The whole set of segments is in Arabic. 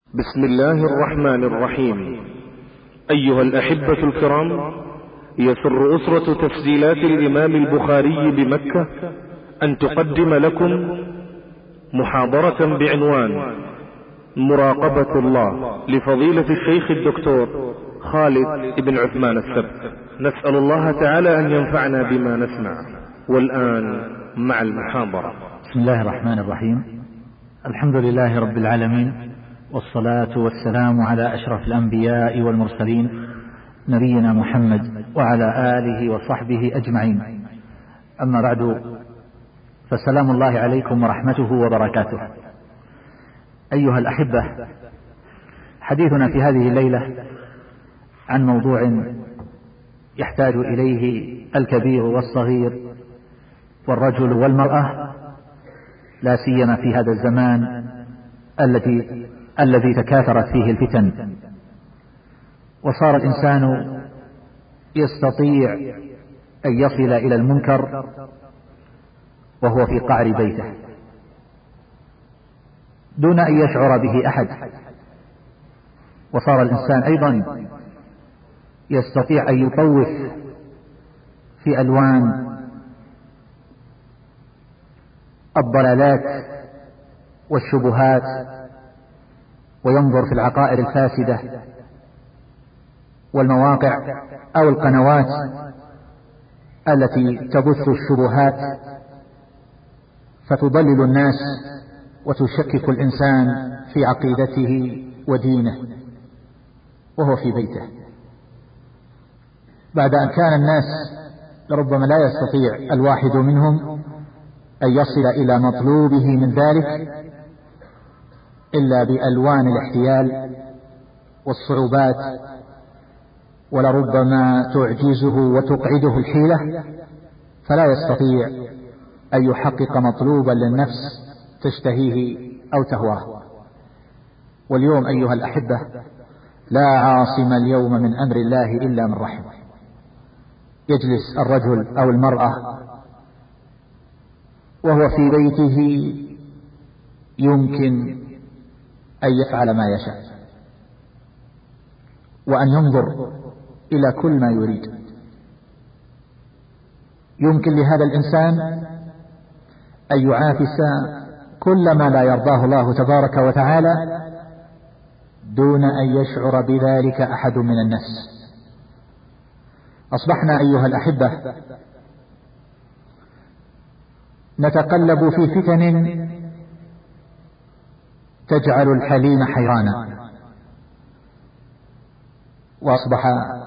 بسم الله الرحمن الرحيم. أيها الأحبة الكرام، يسر أسرة تسجيلات الإمام البخاري بمكة أن تقدم لكم محاضرة بعنوان مراقبة الله لفضيلة الشيخ الدكتور خالد بن عثمان السبت. نسأل الله تعالى أن ينفعنا بما نسمع. والآن مع المحاضرة. بسم الله الرحمن الرحيم. الحمد لله رب العالمين، والصلاة والسلام على أشرف الأنبياء والمرسلين نبينا محمد وعلى آله وصحبه أجمعين. أما بعد، فسلام الله عليكم ورحمته وبركاته. أيها الأحبة، حديثنا في هذه الليلة عن موضوع يحتاج إليه الكبير والصغير والرجل والمرأة، لا سيما في هذا الزمان الذي تكاثرت فيه الفتن، وصار الإنسان يستطيع أن يصل إلى المنكر وهو في قعر بيته دون أن يشعر به أحد. وصار الإنسان أيضا يستطيع أن يطوف في ألوان الضلالات والشبهات، وينظر في العقائد الفاسدة والمواقع أو القنوات التي تبث الشبهات، فتضلل الناس وتشكك الإنسان في عقيدته ودينه وهو في بيته، بعد أن كان الناس لربما لا يستطيع الواحد منهم أن يصل إلى مطلوبه من ذلك إلا بألوان الاحتيال والصعوبات، ولربما تعجزه وتقعده الحيلة، فلا يستطيع أن يحقق مطلوبا للنفس تشتهيه أو تهواه. واليوم أيها الأحبة، لا عاصم اليوم من أمر الله إلا من رحم. يجلس الرجل أو المرأة وهو في بيته يمكن أن يفعل ما يشاء، وأن ينظر إلى كل ما يريد. يمكن لهذا الإنسان أن يعافس كل ما لا يرضاه الله تبارك وتعالى دون أن يشعر بذلك أحد من الناس. أصبحنا أيها الأحبة نتقلب في فتن تجعل الحليم حيرانا، وأصبح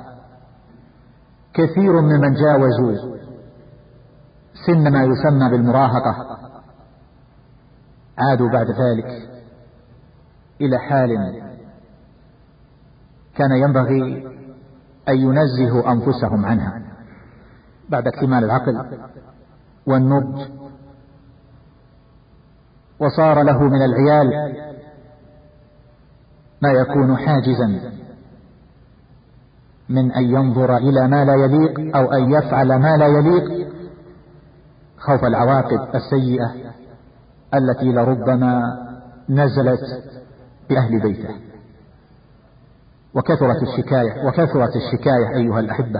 كثير ممن جاوزوا سن ما يسمى بالمراهقة عادوا بعد ذلك إلى حال كان ينبغي أن ينزهوا أنفسهم عنها بعد اكتمال العقل والنضج. وصار له من العيال ما يكون حاجزا من أن ينظر إلى ما لا يليق أو أن يفعل ما لا يليق، خوف العواقب السيئة التي لربما نزلت بأهل بيته. وكثرت الشكاية أيها الأحبة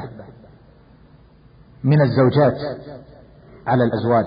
من الزوجات على الأزواج،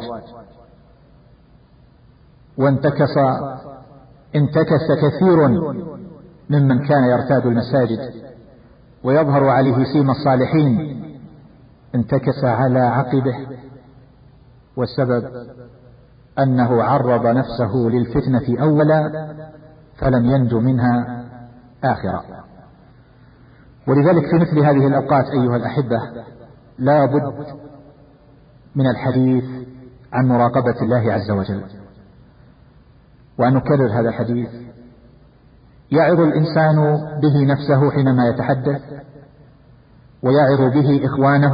انتكس كثير ممن كان يرتاد المساجد ويظهر عليه سيم الصالحين، انتكس على عقبه، والسبب أنه عرض نفسه للفتنة أولا فلم ينج منها آخرا. ولذلك في مثل هذه الأوقات أيها الأحبة لا بد من الحديث عن مراقبة الله عز وجل، وأن نكرر هذا الحديث. يعظ الإنسان به نفسه حينما يتحدث، ويعظ به إخوانه،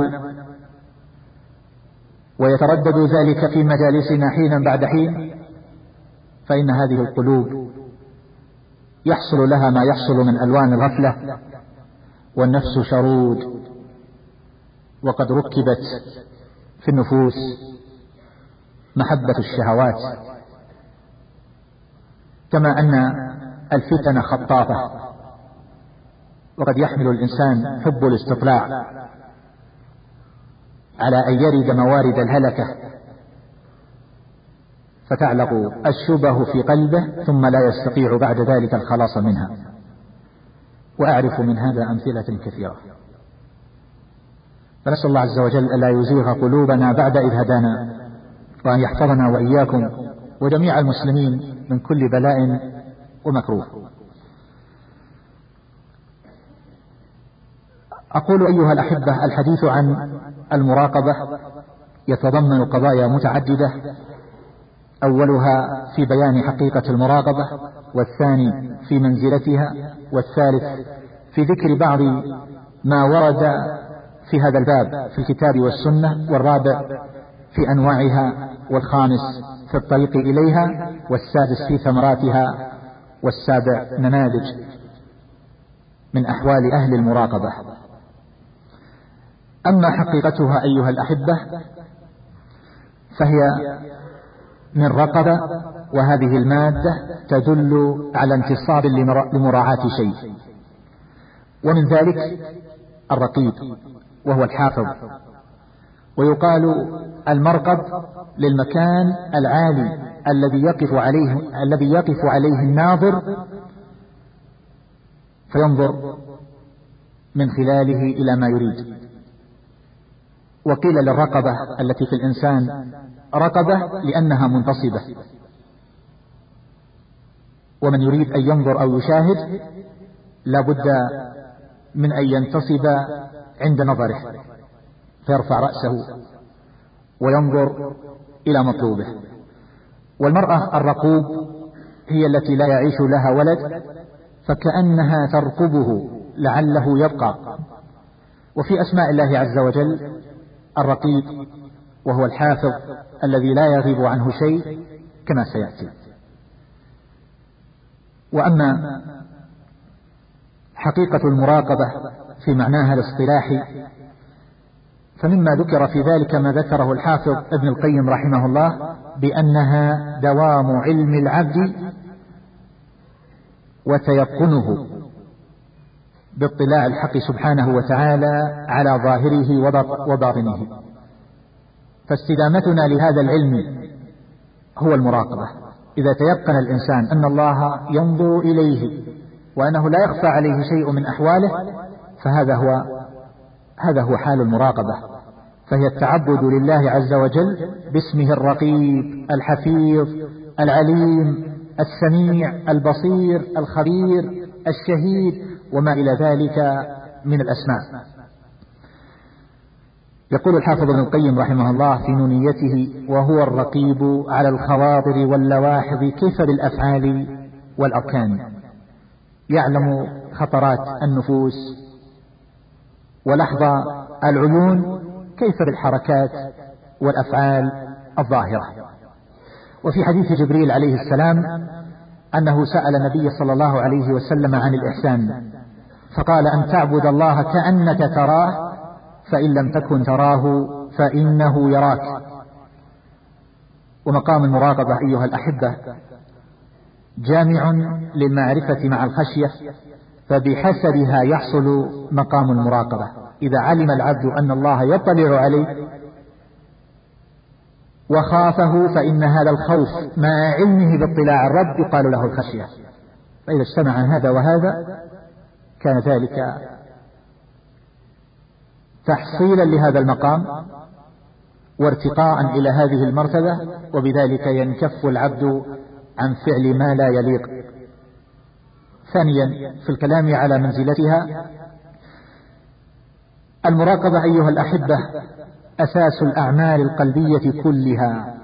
ويتردد ذلك في مجالسنا حينا بعد حين، فإن هذه القلوب يحصل لها ما يحصل من ألوان الغفلة، والنفس شرود، وقد ركبت في النفوس محبة الشهوات، كما أن الفتن خطافة، وقد يحمل الإنسان حب الاستطلاع على أن يرد موارد الهلكة فتعلق الشبه في قلبه ثم لا يستطيع بعد ذلك الخلاص منها. وأعرف من هذا أمثلة كثيرة. فنسأل الله عز وجل ألا يزيغ قلوبنا بعد إذ هدانا، وأن يحفظنا وإياكم وجميع المسلمين من كل بلاء ومكروه. أقول أيها الأحبة، الحديث عن المراقبة يتضمن قضايا متعددة، أولها في بيان حقيقة المراقبة، والثاني في منزلتها، والثالث في ذكر بعض ما ورد في هذا الباب في الكتاب والسنة، والرابع في أنواعها، والخامس في الطريق إليها، والسادس في ثمراتها، والسابع نماذج من أحوال أهل المراقبة. أما حقيقتها أيها الأحبة فهي من رقبة، وهذه المادة تدل على انتصاب لمراعاة شيء، ومن ذلك الرقيب وهو الحافظ. ويقال المرقب للمكان العالي الذي يقف عليه الناظر فينظر من خلاله إلى ما يريد. وقيل للرقبة التي في الإنسان رقبة لأنها منتصبة، ومن يريد أن ينظر أو يشاهد لا بد من أن ينتصب عند نظره فيرفع رأسه وينظر إلى مطلوبه. والمرأة الرقوب هي التي لا يعيش لها ولد فكأنها ترقبه لعله يبقى. وفي أسماء الله عز وجل الرقيب، وهو الحافظ الذي لا يغيب عنه شيء كما سيأتي. وأما حقيقة المراقبة في معناها الاصطلاحي فمما ذكر في ذلك ما ذكره الحافظ ابن القيم رحمه الله بأنها دوام علم العبد وتيقنه باطلاع الحق سبحانه وتعالى على ظاهره وباطنه. فاستدامتنا لهذا العلم هو المراقبة. إذا تيقن الإنسان أن الله ينظر إليه وأنه لا يخفى عليه شيء من أحواله فهذا هو حال المراقبة، فهي التعبد لله عز وجل باسمه الرقيب الحفيظ العليم السميع البصير الخبير الشهيد وما إلى ذلك من الأسماء. يقول الحافظ ابن القيم رحمه الله في نونيته: وهو الرقيب على الخواطر واللواحظ كيف بالأفعال والأركان، يعلم خطرات النفوس ولحظ العيون كيف بالحركات والأفعال الظاهرة. وفي حديث جبريل عليه السلام أنه سأل النبي صلى الله عليه وسلم عن الإحسان فقال: أن تعبد الله كأنك تراه فإن لم تكن تراه فإنه يراك. ومقام المراقبة أيها الأحبة جامع للمعرفة مع الخشية، فبحسبها يحصل مقام المراقبة. إذا علم العبد أن الله يطلع عليه وخافه فإن هذا الخوف مع علمه باطلاع الرب يقال له الخشية. فإذا اجتمع هذا وهذا كان ذلك تحصيلا لهذا المقام وارتقاء إلى هذه المرتبة، وبذلك ينكف العبد عن فعل ما لا يليق. ثانيا في الكلام على منزلتها، المراقبة أيها الأحبة أساس الأعمال القلبية كلها،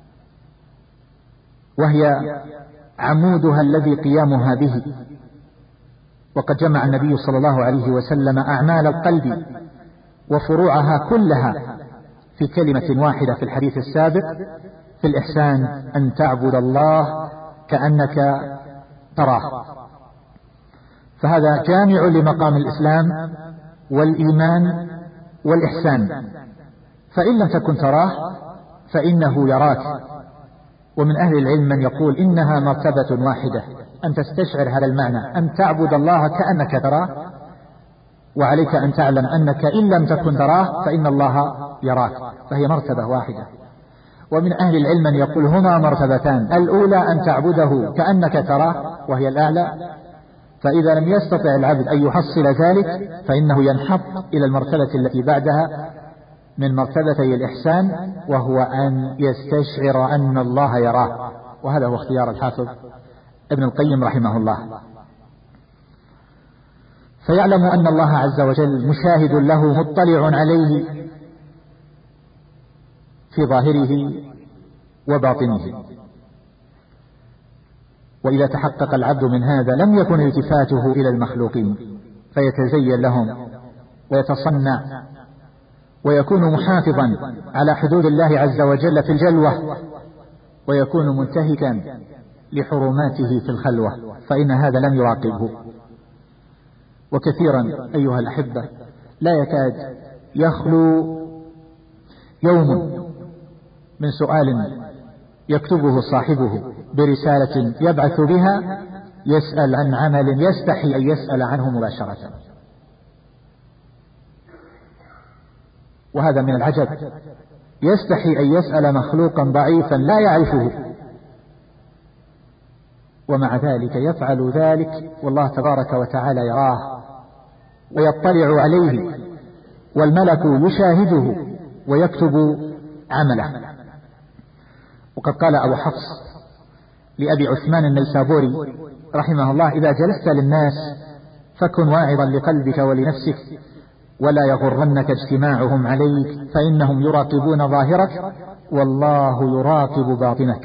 وهي عمودها الذي قيامها به. وقد جمع النبي صلى الله عليه وسلم أعمال القلب وفروعها كلها في كلمة واحدة في الحديث السابق في الإحسان: أن تعبد الله كأنك تراه. فهذا جامع لمقام الإسلام والإيمان والإحسان. فإن لم تكن تراه فإنه يراك. ومن أهل العلم من يقول إنها مرتبة واحدة، أن تستشعر هذا المعنى، أن تعبد الله كأنك تراه، وعليك أن تعلم أنك إن لم تكن تراه فإن الله يراك، فهي مرتبة واحدة. ومن أهل العلم من يقول هما مرتبتان، الأولى أن تعبده كأنك تراه وهي الأعلى، فإذا لم يستطع العبد أن يحصل ذلك فإنه ينحط إلى المرتبة التي بعدها من مرتبتي الإحسان، وهو أن يستشعر أن الله يراه، وهذا هو اختيار الحافظ ابن القيم رحمه الله. فيعلم أن الله عز وجل مشاهد له مطلع عليه في ظاهره وباطنه، وإذا تحقق العبد من هذا لم يكن التفاته إلى المخلوقين فيتزين لهم ويتصنع ويكون محافظا على حدود الله عز وجل في الجلوة، ويكون منتهكا لحرماته في الخلوة، فإن هذا لم يراقبه. وكثيرا أيها الأحبة لا يكاد يخلو يوم من سؤال يكتبه صاحبه برسالة يبعث بها يسأل عن عمل يستحي أن يسأل عنه مباشرة، وهذا من العجب، يستحي أن يسأل مخلوقا ضعيفا لا يعرفه، ومع ذلك يفعل ذلك والله تبارك وتعالى يراه ويطلع عليه، والملك يشاهده ويكتب عمله. وقد قال أبو حفص لأبي عثمان النيسابوري رحمه الله: إذا جلست للناس فكن واعظا لقلبك ولنفسك، ولا يغرنك اجتماعهم عليك، فإنهم يراقبون ظاهرك والله يراقب باطنك.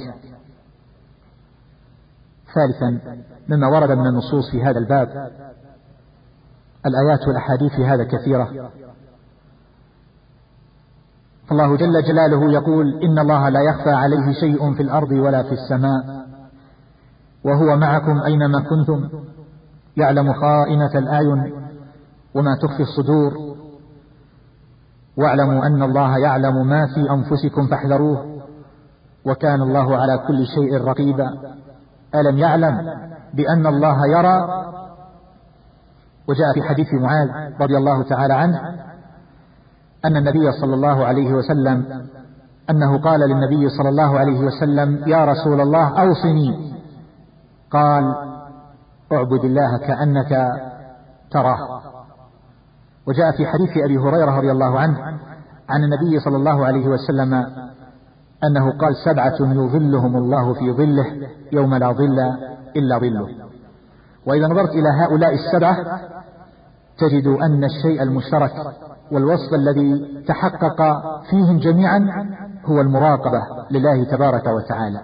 ثالثا مما ورد من النصوص في هذا الباب، الآيات والأحاديث في هذا كثيرة، فالله جل جلاله يقول: إن الله لا يخفى عليه شيء في الأرض ولا في السماء وهو معكم أينما كنتم يعلم خائنة الأعين وما تخفي الصدور واعلموا أن الله يعلم ما في أنفسكم فاحذروه وكان الله على كل شيء رقيبا. ألم يعلم بأن الله يرى؟ وجاء في حديث معاذ رضي الله تعالى عنه أن النبي صلى الله عليه وسلم أنه قال للنبي صلى الله عليه وسلم: يا رسول الله أوصني. قال: اعبد الله كأنك تراه. وجاء في حديث أبي هريرة رضي الله عنه عن النبي صلى الله عليه وسلم أنه قال: 7 يظلهم الله في ظله يوم لا ظل إلا ظله. وإذا نظرت إلى هؤلاء 7 تجد أن الشيء المشترك والوصف الذي تحقق فيهم جميعا هو المراقبة لله تبارك وتعالى.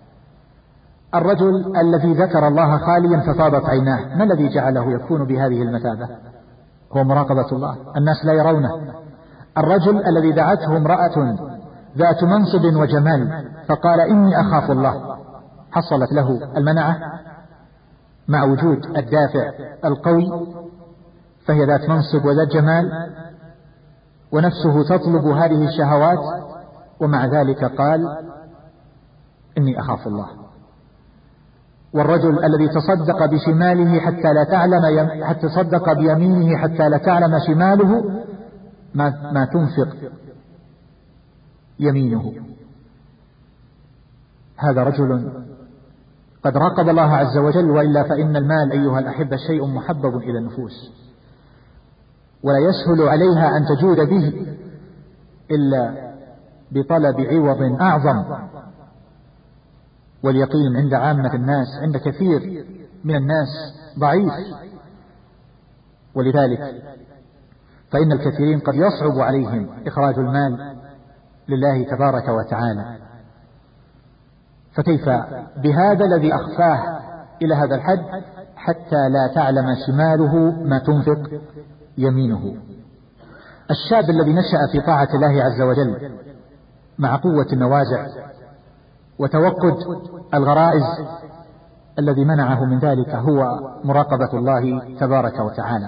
الرجل الذي ذكر الله خاليا ففاضت عيناه، ما الذي جعله يكون بهذه المثابة؟ هو مراقبة الله، الناس لا يرونه. الرجل الذي دعته امرأة ذات منصب وجمال فقال: إني أخاف الله، حصلت له المنعة مع وجود الدافع القوي، فهي ذات منصب وذات جمال ونفسه تطلب هذه الشهوات، ومع ذلك قال: إني أخاف الله. والرجل الذي تصدق بشماله حتى لا تعلم حتى تصدق بيمينه حتى لا تعلم شماله ما تنفق يمينه، هذا رجل قد راقب الله عز وجل. وإلا فإن المال أيها الأحبة شيء محبب إلى النفوس، ولا يسهل عليها أن تجود به إلا بطلب عوض أعظم. واليقين عند عامة الناس، عند كثير من الناس، ضعيف، ولذلك فإن الكثيرين قد يصعب عليهم إخراج المال لله تبارك وتعالى، فكيف بهذا الذي أخفاه إلى هذا الحد حتى لا تعلم شماله ما تنفق يمينه. الشاب الذي نشأ في طاعة الله عز وجل مع قوة النوازع وتوقد الغرائز، الذي منعه من ذلك هو مراقبة الله تبارك وتعالى.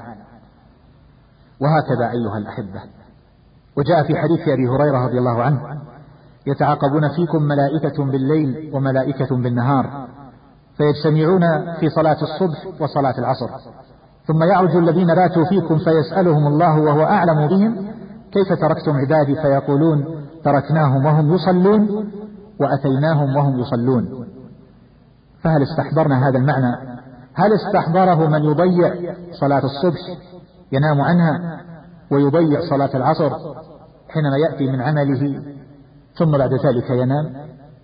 وهكذا أيها الأحبة، وجاء في حديث أبي هريرة رضي الله عنه: يتعاقبون فيكم ملائكة بالليل وملائكة بالنهار فيجتمعون في صلاة الصبح وصلاة العصر، ثم يعرج الذين باتوا فيكم فيسألهم الله وهو أعلم بهم كيف تركتم عبادي، فيقولون تركناهم وهم يصلون وأتيناهم وهم يصلون. فهل استحضرنا هذا المعنى؟ هل استحضره من يضيع صلاة الصبح ينام عنها ويضيع صلاة العصر حينما يأتي من عمله ثم بعد ذلك ينام؟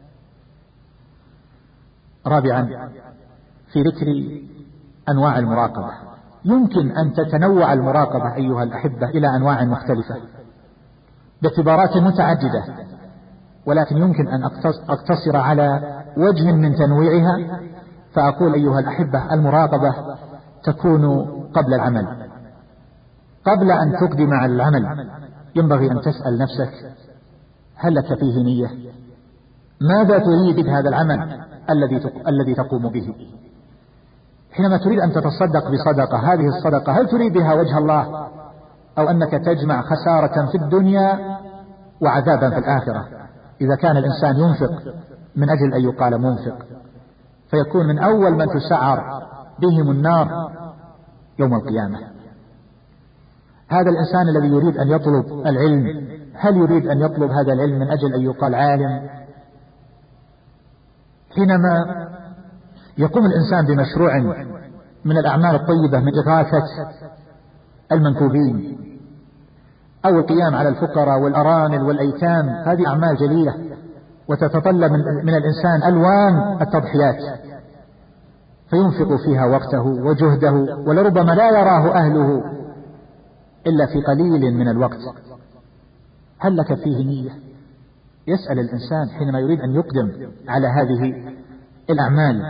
رابعا، في ذكر أنواع المراقبة، يمكن أن تتنوع المراقبة أيها الأحبة إلى أنواع مختلفة باعتبارات متعددة، ولكن يمكن أن أقتصر على وجه من تنويعها، فأقول أيها الأحبة المراقبة تكون قبل العمل. قبل أن تقدم على العمل ينبغي أن تسأل نفسك هل لك فيه نية؟ ماذا تريد بهذا العمل الذي تقوم به؟ حينما تريد أن تتصدق بصدقة، هذه الصدقة هل تريد بها وجه الله، أو أنك تجمع خسارة في الدنيا وعذابا في الآخرة؟ إذا كان الإنسان ينفق من أجل أن يقال منفق فيكون من أول من تسعر بهم النار يوم القيامة. هذا الإنسان الذي يريد أن يطلب العلم، هل يريد أن يطلب هذا العلم من أجل أن يقال عالم؟ حينما يقوم الإنسان بمشروع من الأعمال الطيبة من إغاثة المنكوبين أو القيام على الفقراء والأرامل والأيتام، هذه أعمال جليلة وتتطلب من الإنسان ألوان التضحيات، فينفق فيها وقته وجهده، ولربما لا يراه أهله إلا في قليل من الوقت. هل لك فيه نية؟ يسأل الإنسان حينما يريد أن يقدم على هذه الأعمال،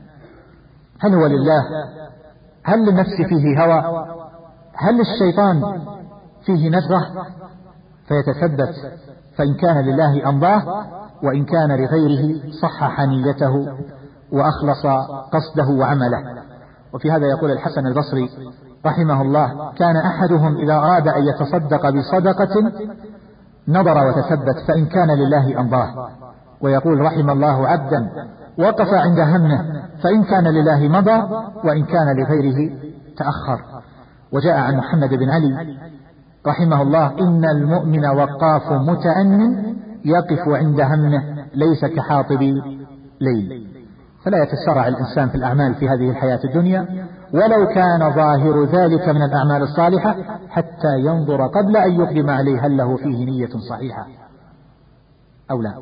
هل هو لله؟ هل للنفس فيه هوى؟ هل للشيطان فيه نزغة؟ فيتثبت، فإن كان لله أمضاه، وإن كان لغيره صحح نيته وأخلص قصده وعمله. وفي هذا يقول الحسن البصري رحمه الله: كان أحدهم إذا أراد أن يتصدق بصدقة نظر وتثبت فإن كان لله أمضاه. ويقول رحم الله عبدا وقف عند همه فإن كان لله مضى وإن كان لغيره تأخر. وجاء عن محمد بن علي رحمه الله: إن المؤمن وقاف متأن يقف عند همه ليس كحاطب ليل. فلا يتسرع الإنسان في الأعمال في هذه الحياة الدنيا ولو كان ظاهر ذلك من الأعمال الصالحة حتى ينظر قبل أن يقدم عليه هل له فيه نية صحيحة أو لا.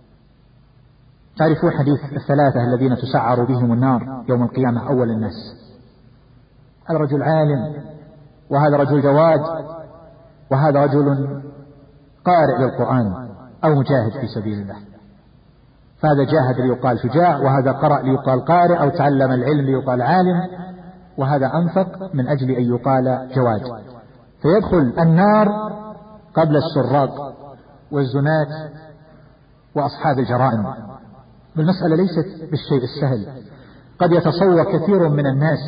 تعرفون حديث الثلاثة الذين تسعر بهم النار يوم القيامة؟ أول الناس هذا رجل عالم، وهذا رجل جواد، وهذا رجل قارئ للقرآن أو مجاهد في سبيل الله. فهذا جاهد ليقال شجاع، وهذا قرأ ليقال قارئ، أو تعلم العلم ليقال عالم، وهذا أنفق من أجل أن يقال جواد. فيدخل النار قبل السراق والزناة وأصحاب الجرائم. المسألة ليست بالشيء السهل. قد يتصور كثير من الناس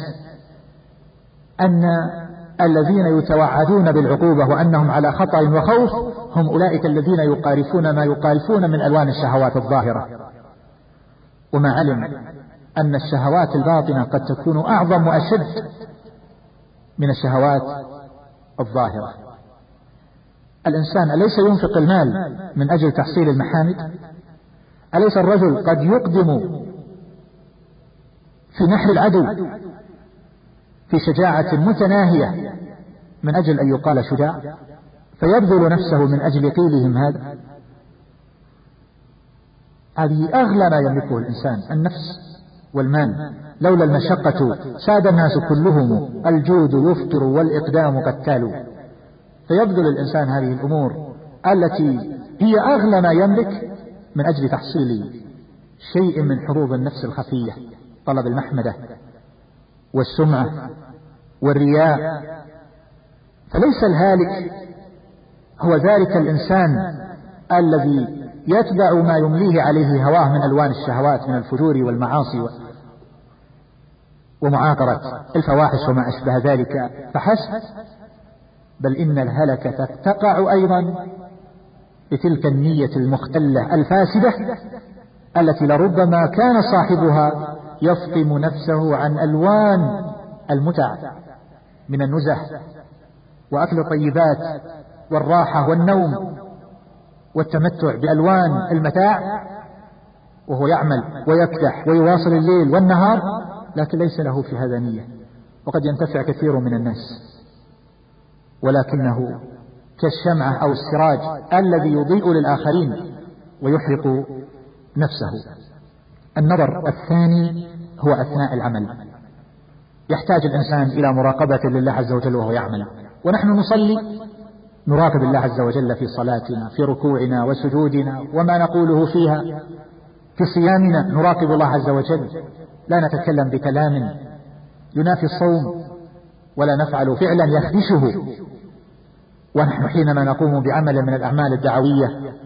أن الذين يتوعدون بالعقوبة وأنهم على خطأ وخوف هم أولئك الذين يقارفون ما يقارفون من ألوان الشهوات الظاهرة، وما علم أن الشهوات الباطنة قد تكون أعظم وأشد من الشهوات الظاهرة. الإنسان أليس ينفق المال من أجل تحصيل المحامد؟ أليس الرجل قد يقدم في نحر العدو في شجاعة متناهية من أجل أن يقال شجاع، فيبذل نفسه من أجل قيلهم هذا؟ هذه أغلى ما يملكه الإنسان، النفس والمال. لولا المشقة ساد الناس كلهم، الجود يفطر والإقدام قتال. فيبذل الإنسان هذه الأمور التي هي أغلى ما يملك من أجل تحصيل شيء من حظوظ النفس الخفية، طلب المحمدة والسمعة والرياء. فليس الهالك هو ذلك الإنسان الذي يتبع ما يمليه عليه هواه من ألوان الشهوات من الفجور والمعاصي ومعاقرة الفواحش وما أشبه ذلك فحسب، بل إن الهلكة تقع أيضا بتلك النية المختلة الفاسدة التي لربما كان صاحبها يفطم نفسه عن ألوان المتع من النزه وأكل الطيبات والراحة والنوم والتمتع بألوان المتاع، وهو يعمل ويكدح ويواصل الليل والنهار، لكن ليس له في هذا نية. وقد ينتفع كثير من الناس، ولكنه كالشمعة أو السراج الذي يضيء للآخرين ويحرق نفسه. النظر الثاني هو أثناء العمل. يحتاج الإنسان إلى مراقبة لله عز وجل وهو يعمل. ونحن نصلي نراقب الله عز وجل في صلاتنا، في ركوعنا وسجودنا وما نقوله فيها. في صيامنا نراقب الله عز وجل، لا نتكلم بكلام ينافي الصوم، ولا نفعل فعلا يخدشه. ونحن حينما نقوم بعمل من الأعمال الدعوية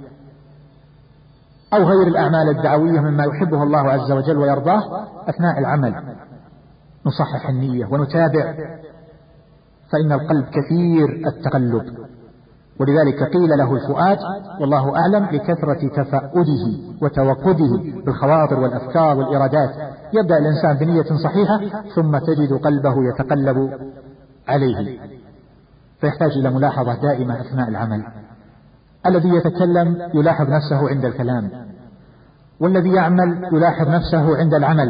أو غير الأعمال الدعوية مما يحبه الله عز وجل ويرضاه، أثناء العمل نصحح النية ونتابع، فإن القلب كثير التقلب، ولذلك قيل له الفؤاد والله أعلم لكثرة تفأده وتوقده بالخواطر والأفكار والإرادات. يبدأ الإنسان بنية صحيحة ثم تجد قلبه يتقلب عليه، فيحتاج إلى ملاحظة دائمة أثناء العمل. الذي يتكلم يلاحظ نفسه عند الكلام، والذي يعمل يلاحظ نفسه عند العمل،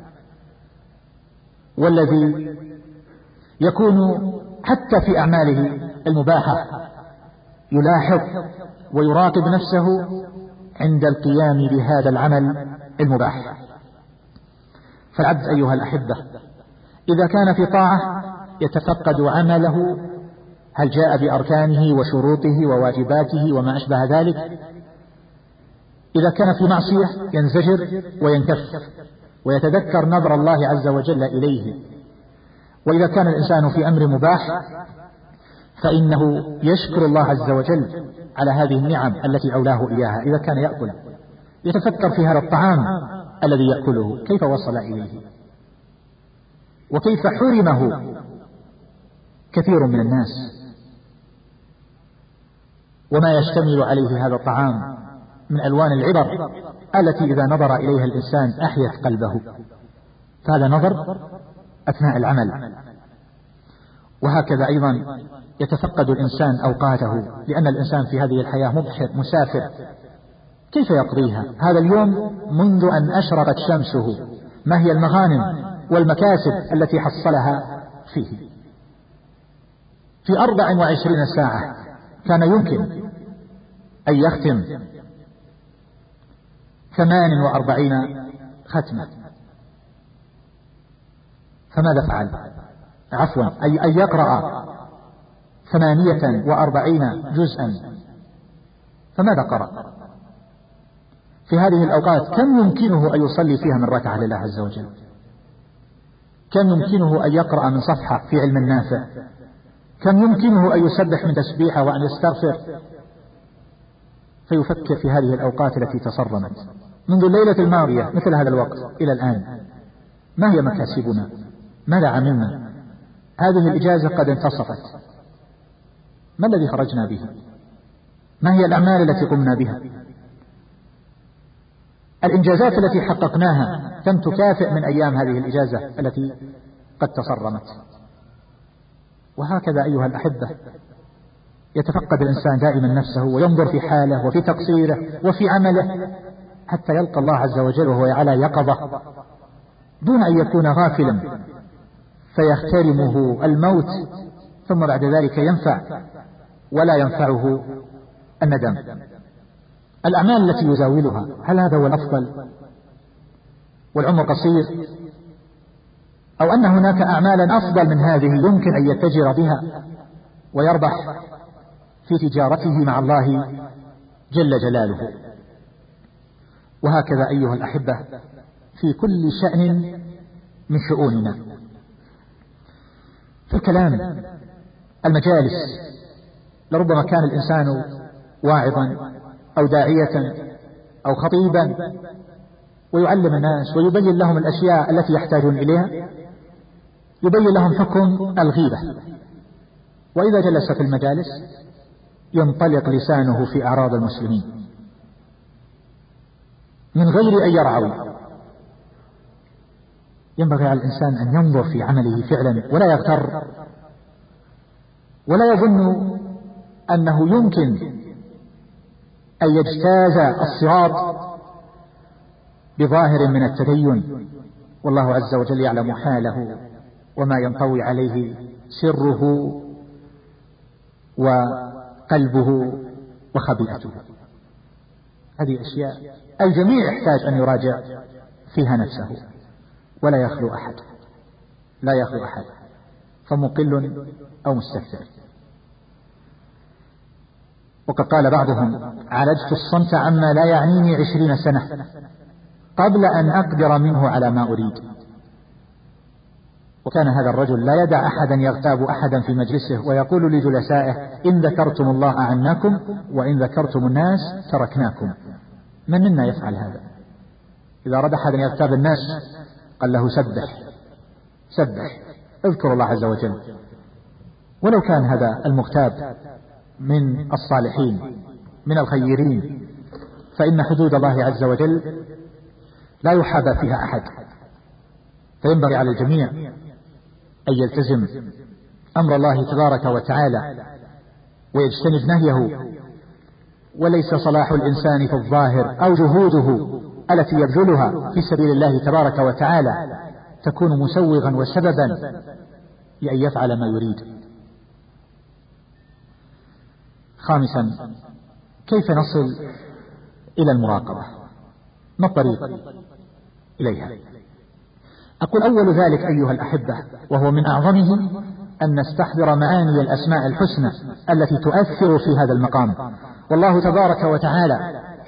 والذي يكون حتى في أعماله المباحة يلاحظ ويراقب نفسه عند القيام بهذا العمل المباح. فالعبد أيها الأحبة إذا كان في طاعة يتفقد عمله هل جاء بأركانه وشروطه وواجباته وما أشبه ذلك. إذا كان في معصية ينزجر وينكف ويتذكر نظر الله عز وجل إليه. وإذا كان الإنسان في أمر مباح فإنه يشكر الله عز وجل على هذه النعم التي أولاه إياها. إذا كان يأكل يتفكر في هذا الطعام الذي يأكله كيف وصل إليه وكيف حرمه كثير من الناس، وما يشتمل عليه هذا الطعام من ألوان العبر التي إذا نظر إليها الإنسان أحيت قلبه. فهذا نظر أثناء العمل. وهكذا أيضا يتفقد الإنسان أوقاته، لأن الإنسان في هذه الحياة مبحر مسافر، كيف يقضيها؟ هذا اليوم منذ أن أشرقت شمسه ما هي المغانم والمكاسب التي حصلها فيه؟ في 24 ساعة كان يمكن أن يختم 48 ختمة، فماذا فعل؟ عفوا أن يقرأ 48 جزءا، فماذا قرأ؟ في هذه الأوقات كم يمكنه أن يصلي فيها من ركعة لله عز وجل؟ كم يمكنه أن يقرأ من صفحة في علم النافع؟ كم يمكنه أن يسبح من تسبيحة وأن يستغفر؟ فيفكر في هذه الأوقات التي تصرمت منذ الليلة الماضية مثل هذا الوقت إلى الآن، ما هي مكاسبنا؟ ماذا عملنا؟ هذه الإجازة قد انتصفت، ما الذي خرجنا به؟ ما هي الأعمال التي قمنا بها؟ الإنجازات التي حققناها لم تكافئ من أيام هذه الإجازة التي قد تصرمت. وهكذا أيها الأحبة يتفقد الإنسان دائما نفسه وينظر في حاله وفي تقصيره وفي عمله حتى يلقى الله عز وجل وهو على يقظة دون أن يكون غافلا فيخترمه الموت، ثم بعد ذلك ينفع ولا ينفعه الندم. الأعمال التي يزاولها هل هذا هو الأفضل والعمر قصير، أو أن هناك أعمالا أفضل من هذه يمكن أن يتجر بها ويربح في تجارته مع الله جل جلاله؟ وهكذا أيها الأحبة في كل شأن من شؤوننا. في الكلام المجالس لربما كان الإنسان واعظا أو داعية أو خطيبا ويعلم الناس ويبين لهم الأشياء التي يحتاجون إليها، يبين لهم حكم الغيبة، وإذا جلس في المجالس ينطلق لسانه في أعراض المسلمين من غير أن يرعوا، ينبغي على الإنسان أن ينظر في عمله فعلا ولا يغتر، ولا يظن أنه يمكن أن يجتاز الصراط بظاهر من التدين، والله عز وجل يعلم حاله وما ينطوي عليه سره وقلبه وخبيئته. هذه أشياء الجميع يحتاج أن يراجع فيها نفسه، ولا يخلو أحد، لا يخلو أحد، فمقل أو مستكثر. وقد قال بعضهم: عالجت الصمت عما لا يعنيني 20 سنة قبل أن أقدر منه على ما أريد. وكان هذا الرجل لا يدع أحدا يغتاب أحدا في مجلسه، ويقول لجلسائه: إن ذكرتم الله أعناكم وإن ذكرتم الناس تركناكم. من منا يفعل هذا؟ إذا أراد أحد أن يغتاب الناس قال له: سبح اذكر الله عز وجل. ولو كان هذا المغتاب من الصالحين من الخيرين، فإن حدود الله عز وجل لا يحابى فيها أحد، فينبغي على الجميع أن يلتزم أمر الله تبارك وتعالى ويجتنب نهيه. وليس صلاح الإنسان في الظاهر أو جهوده التي يبذلها في سبيل الله تبارك وتعالى تكون مسوغا وسببا لأن يفعل ما يريد. خامسا: كيف نصل إلى المراقبة؟ ما الطريق إليها؟ أقول: أول ذلك أيها الأحبة، وهو من أعظمه، أن نستحضر معاني الأسماء الحسنى التي تؤثر في هذا المقام. والله تبارك وتعالى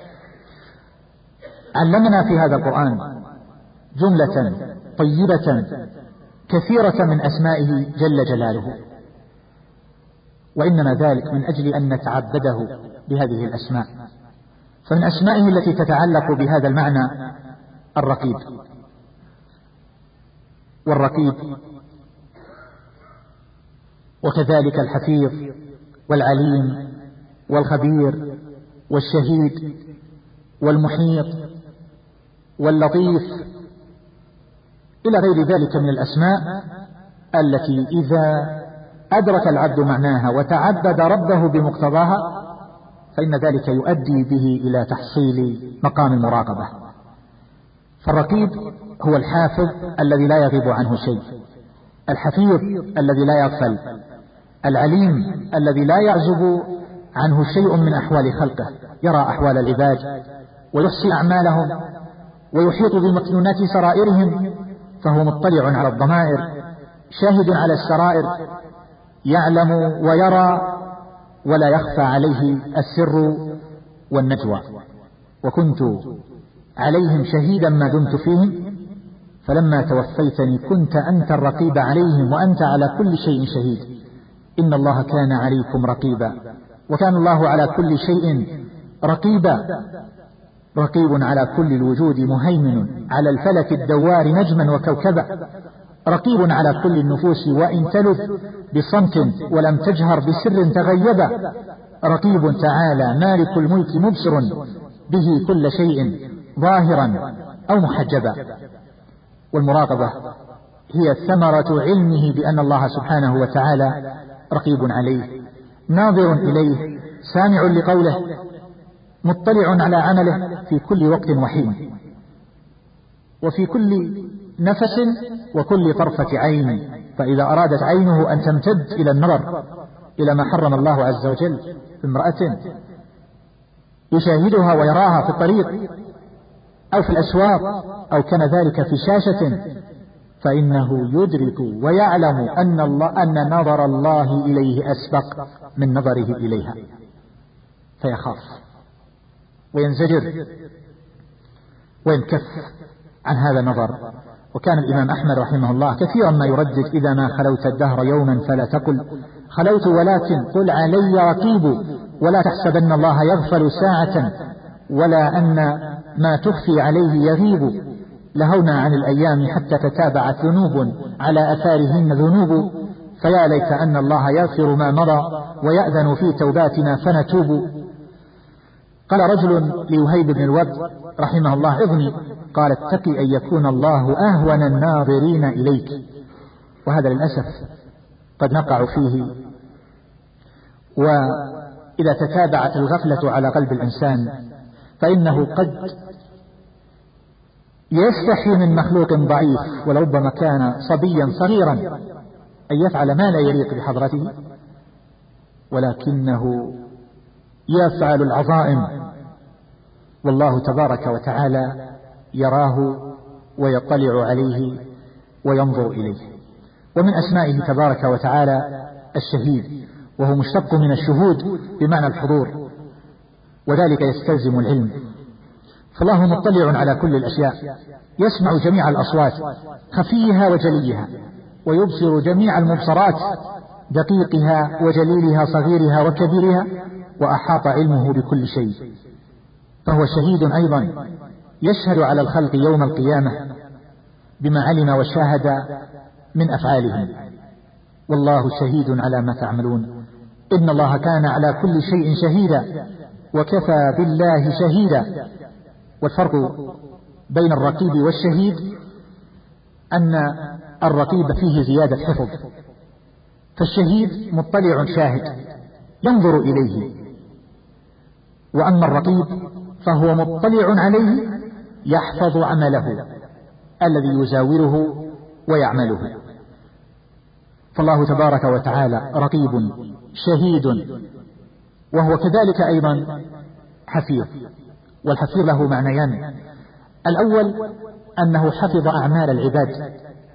علمنا في هذا القرآن جملة طيبة كثيرة من أسمائه جل جلاله، وإنما ذلك من أجل أن نتعبده بهذه الأسماء. فمن أسمائه التي تتعلق بهذا المعنى الرقيب، والرقيب، وكذلك الحفيظ والعليم والخبير والشهيد والمحيط واللطيف إلى غير ذلك من الأسماء التي إذا أدرك العبد معناها وتعبد ربه بمقتضاها فإن ذلك يؤدي به إلى تحصيل مقام المراقبة. فالرقيب هو الحافظ الذي لا يغيب عنه شيء، الحفيظ الذي لا يغفل، العليم الذي لا يعزب عنه شيء من أحوال خلقه، يرى أحوال العباد ويحصي أعمالهم ويحيط بمكنونات سرائرهم، فهو مطلع على الضمائر، شاهد على السرائر، يعلم ويرى ولا يخفى عليه السر والنجوى. وكنت عليهم شهيدا ما دمت فيهم فلما توفيتني كنت أنت الرقيب عليهم وأنت على كل شيء شهيد. إن الله كان عليكم رقيبا وكان الله على كل شيء رقيبا. رقيب على كل الوجود مهيمن على الفلك الدوار نجما وكوكبا. رقيب على كل النفوس وإن تلذ بصمت ولم تجهر بسر تغيبا. رقيب تعالى مالك الملك مبصر به كل شيء ظاهرا أو محجبا. والمراقبة هي ثمرة علمه بأن الله سبحانه وتعالى رقيب عليه، ناظر إليه، سامع لقوله، مطلع على عمله في كل وقت وحين وفي كل نفس وكل طرفة عين. فإذا أرادت عينه أن تمتد إلى النظر إلى ما حرم الله عز وجل في امرأة يشاهدها ويراها في الطريق أو في الأسواق أو كان ذلك في شاشة، فإنه يدرك ويعلم أن نظر الله إليه أسبق من نظره إليها، فيخاف وينزجر وينكف عن هذا النظر. وكان الإمام أحمد رحمه الله كثيرا ما يردد: إذا ما خلوت الدهر يوما فلا تقل خلوت ولكن قل علي رقيب، ولا تحسبن الله يغفل ساعة ولا أن ما تخفي عليه يغيب. لهونا عن الأيام حتى تتابعت ذنوب على أثارهن ذنوب، فيا ليت أن الله يغفر ما مضى ويأذن في توباتنا فنتوب. قال رجل لوهيب بن الورد رحمه الله: عظني. قال: اتقي أن يكون الله أهون الناظرين إليك. وهذا للأسف قد نقع فيه، وإذا تتابعت الغفلة على قلب الإنسان فإنه قد يستحي من مخلوق ضعيف ولربما كان صبيا صغيرا أن يفعل ما لا يليق بحضرته، ولكنه يفعل العظائم، والله تبارك وتعالى يراه ويطلع عليه وينظر إليه. ومن أسمائه تبارك وتعالى الشهيد، وهو مشتق من الشهود بمعنى الحضور، وذلك يستلزم العلم. فالله مطلع على كل الأشياء، يسمع جميع الأصوات خفيها وجليها، ويبصر جميع المبصرات دقيقها وجليلها صغيرها وكبيرها، وأحاط علمه بكل شيء. فهو شهيد أيضا يشهد على الخلق يوم القيامة بما علم وشاهد من أفعالهم، والله شهيد على ما تعملون. إن الله كان على كل شيء شهيدا وكفى بالله شهيدا. والفرق بين الرقيب والشهيد أن الرقيب فيه زيادة حفظ، فالشهيد مطلع شاهد ينظر إليه، وأما الرقيب فهو مطلع عليه يحفظ عمله الذي يزاوره ويعمله. فالله تبارك وتعالى رقيب شهيد، وهو كذلك أيضا حفيظ. والحفيظ له معنيان: الأول أنه حفظ أعمال العباد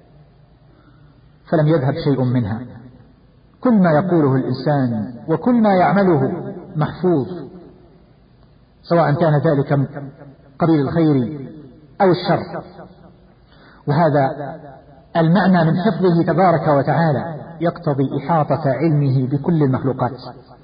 فلم يذهب شيء منها، كل ما يقوله الإنسان وكل ما يعمله محفوظ، سواء كان ذلك من قبيل الخير أو الشر. وهذا المعنى من حفظه تبارك وتعالى يقتضي إحاطة علمه بكل المخلوقات،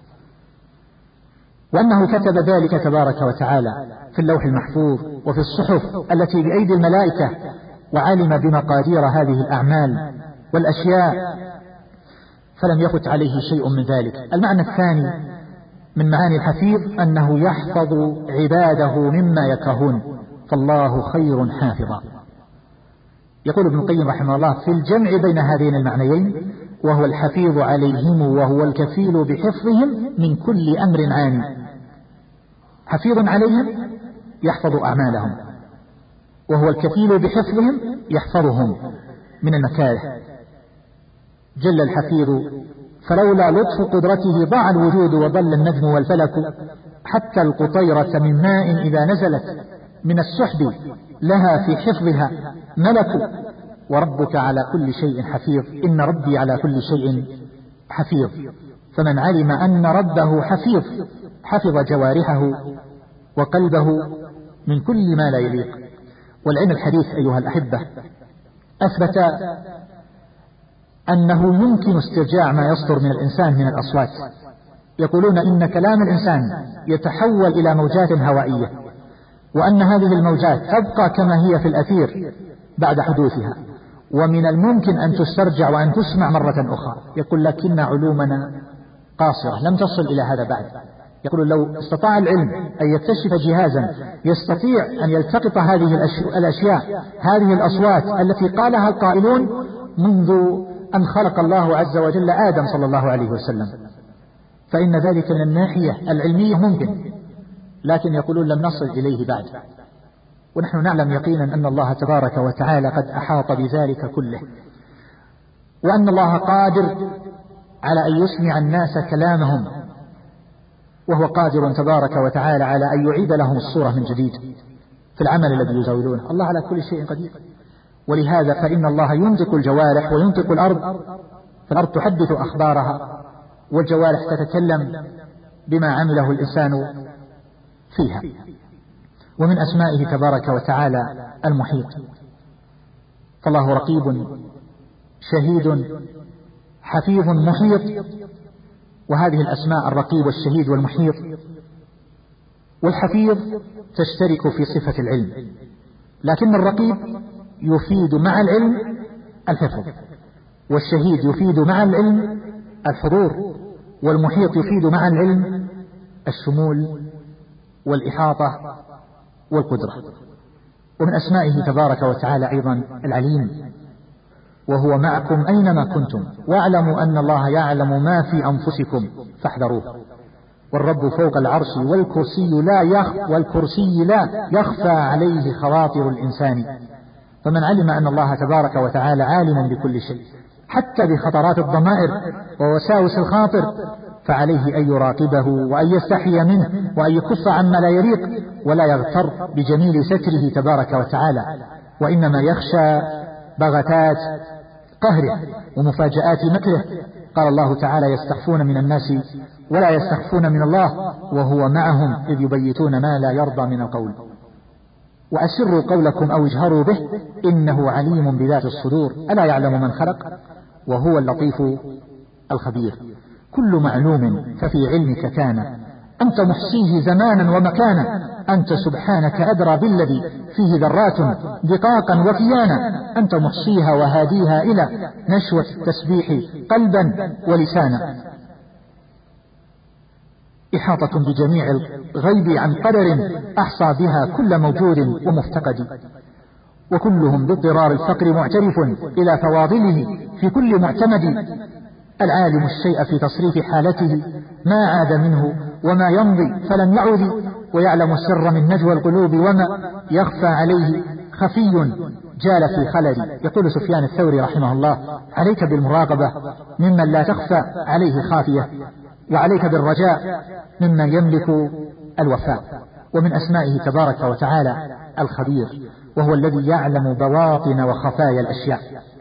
وأنه كتب ذلك تبارك وتعالى في اللوح المحفوظ وفي الصحف التي بأيدي الملائكة، وعلم بمقادير هذه الأعمال والأشياء فلم يفت عليه شيء من ذلك. المعنى الثاني من معاني الحفيظ أنه يحفظ عباده مما يكرهون، فالله خير حافظا. يقول ابن القيم رحمه الله في الجمع بين هذين المعنيين: وهو الحفيظ عليهم وهو الكفيل بحفظهم من كل أمر عاني. حفيظ عليهم يحفظ أعمالهم، وهو الكفيل بحفظهم يحفظهم من المكاره. جل الحفيظ فلولا لطف قدرته ضاع الوجود وضل النجم والفلك، حتى القطيرة من ماء إذا نزلت من السحب لها في حفظها ملك. وربك على كل شيء حفيظ، إن ربي على كل شيء حفيظ. فمن علم أن ربه حفيظ حفظ جوارحه وقلبه من كل ما لا يليق. والعلم الحديث أيها الأحبة أثبت أنه يمكن استرجاع ما يصدر من الإنسان من الأصوات. يقولون إن كلام الإنسان يتحول إلى موجات هوائية، وأن هذه الموجات تبقى كما هي في الأثير بعد حدوثها، ومن الممكن أن تسترجع وأن تسمع مرة أخرى. يقول لكن علومنا قاصرة لم تصل إلى هذا بعد. يقول لو استطاع العلم أن يكتشف جهازا يستطيع أن يلتقط هذه الأشياء، هذه الأصوات التي قالها القائلون منذ أن خلق الله عز وجل آدم صلى الله عليه وسلم، فإن ذلك من الناحية العلمية ممكن، لكن يقولون لم نصل إليه بعد. ونحن نعلم يقينا أن الله تبارك وتعالى قد أحاط بذلك كله، وأن الله قادر على أن يسمع الناس كلامهم، وهو قادر تبارك وتعالى على أن يعيد لهم الصورة من جديد في العمل الذي يزاولونه. الله على كل شيء قدير. ولهذا فإن الله ينطق الجوارح وينطق الأرض، فالأرض تحدث أخبارها والجوارح تتكلم بما عمله الإنسان فيها. ومن أسمائه تبارك وتعالى المحيط، فالله رقيب شهيد حفيظ محيط. وهذه الأسماء الرقيب والشهيد والمحيط والحفيظ تشترك في صفة العلم، لكن الرقيب يفيد مع العلم الحفظ، والشهيد يفيد مع العلم الحضور، والمحيط يفيد مع العلم الشمول والإحاطة والقدرة. ومن أسمائه تبارك وتعالى أيضا العليم، وهو معكم أينما كنتم واعلموا أن الله يعلم ما في أنفسكم فاحذروه. والرب فوق العرش والكرسي لا يخفى عليه خواطر الإنسان. فمن علم أن الله تبارك وتعالى عالم بكل شيء حتى بخطرات الضمائر ووساوس الخاطر، فعليه أن يراقبه وأن يستحي منه وأن يكف عما لا يليق ولا يغتر بجميل ستره تبارك وتعالى، وإنما يخشى بغتات قهره ومفاجآت مكره. قال الله تعالى: يستخفون من الناس ولا يستخفون من الله وهو معهم إذ يبيتون ما لا يرضى من القول. وأسروا قولكم أو اجهروا به إنه عليم بذات الصدور ألا يعلم من خلق وهو اللطيف الخبير. كل معلوم ففي علمك كان، أنت محصيه زمانا ومكانا، أنت سبحانك أدرى بالذي فيه ذرات دقاقا وكيانا، أنت محصيها وهاديها إلى نشوة التسبيح قلبا ولسانا. إحاطة بجميع الغيب عن قدر أحصى بها كل موجود ومفتقد، وكلهم باضطرار الفقر معترف إلى فواضله في كل معتمد. العالم الشيء في تصريف حالته ما عاد منه وما يمضي فلم يعد، ويعلم السر من نجوى القلوب وما يخفى عليه خفي جال في خلل. يقول سفيان الثوري رحمه الله: عليك بالمراقبة ممن لا تخفى عليه خافية، وعليك بالرجاء ممن يملك الوفاء. ومن أسمائه تبارك وتعالى الخبير، وهو الذي يعلم بواطن وخفايا الأشياء.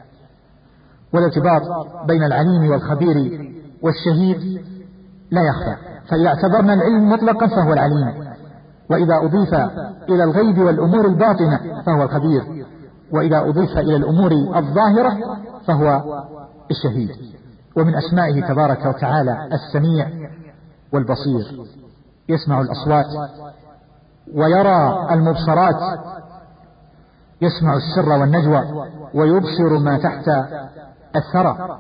والارتباط بين العليم والخبير والشهيد لا يخفى، فإذا اعتبرنا العلم مطلقا فهو العليم، وإذا أضيف إلى الغيب والأمور الباطنة فهو الخبير، وإذا أضيف إلى الأمور الظاهرة فهو الشهيد. ومن أسمائه تبارك وتعالى السميع والبصير، يسمع الأصوات ويرى المبصرات، يسمع السر والنجوى ويبصر ما تحت الثرى.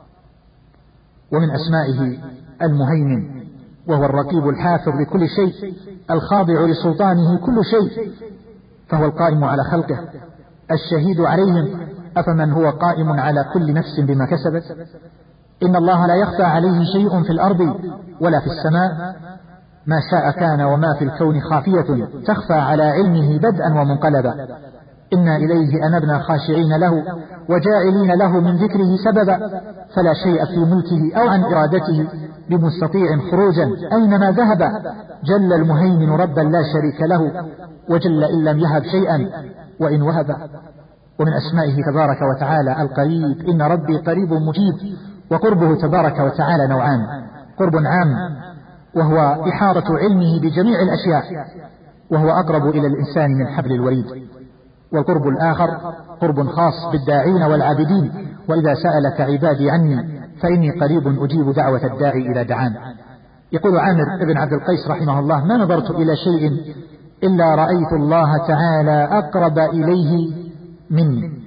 ومن أسمائه المهيمن، وهو الرقيب الحافظ لكل شيء الخاضع لسلطانه كل شيء، فهو القائم على خلقه الشهيد عليهم، أفمن هو قائم على كل نفس بما كسبت. إن الله لا يخفى عليه شيء في الأرض ولا في السماء، ما شاء كان وما في الكون خافية تخفى على علمه بدءا ومنقلبا. إنا إليه أنبنا خاشعين له وجاعلين له من ذكره سببا، فلا شيء في ملكه أو عن إرادته بمستطيع خروجا أينما ذهب. جل المهيمن ربا لا شريك له، وجل إن لم يهب شيئا وإن وهب. ومن أسمائه تبارك وتعالى القريب، إن ربي قريب مجيب. وقربه تبارك وتعالى نوعان: قرب عام وهو إحاطة علمه بجميع الأشياء، وهو أقرب إلى الإنسان من حبل الوريد، والقرب الآخر قرب خاص بالداعين والعابدين: وإذا سألك عبادي عني فإني قريب أجيب دعوة الداعي إلى دعان. يقول عامر بن عبد القيس رحمه الله: ما نظرت إلى شيء إلا رأيت الله تعالى أقرب إليه مني.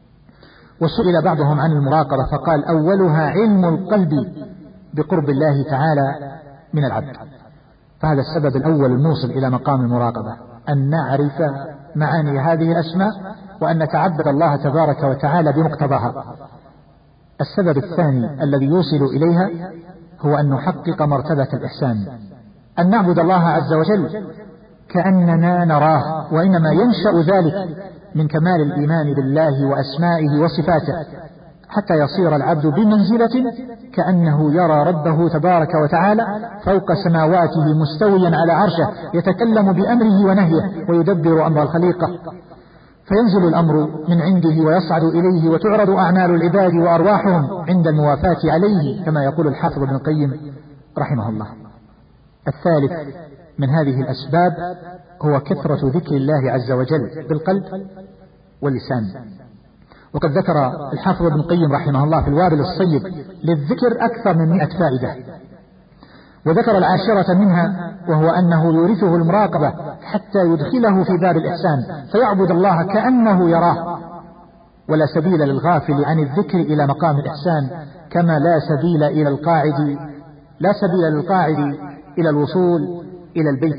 وسئل بعضهم عن المراقبة فقال: أولها علم القلب بقرب الله تعالى من العبد. فهذا السبب الأول الموصل إلى مقام المراقبة، أن نعرف معاني هذه الأسماء وأن نتعبد الله تبارك وتعالى بمقتضاها. السبب الثاني الذي يوصل إليها هو أن نحقق مرتبة الإحسان، أن نعبد الله عز وجل كأننا نراه، وإنما ينشأ ذلك من كمال الإيمان بالله وأسمائه وصفاته، حتى يصير العبد بمنزلة كأنه يرى ربه تبارك وتعالى فوق سماواته مستويا على عرشه، يتكلم بأمره ونهيه ويدبر أمر الخليقة، فينزل الأمر من عنده ويصعد إليه، وتعرض أعمال العباد وأرواحهم عند الموافاة عليه، كما يقول الحافظ ابن القيم رحمه الله. الثالث من هذه الأسباب هو كثرة ذكر الله عز وجل بالقلب واللسان. وقد ذكر الحافظ ابن القيم رحمه الله في الوابل الصيب للذكر أكثر من 100 فائدة، وذكر العاشرة منها وهو أنه يورثه المراقبة حتى يدخله في باب الإحسان، فيعبد الله كأنه يراه. ولا سبيل للغافل عن الذكر إلى مقام الإحسان، كما لا سبيل للقاعد إلى الوصول إلى البيت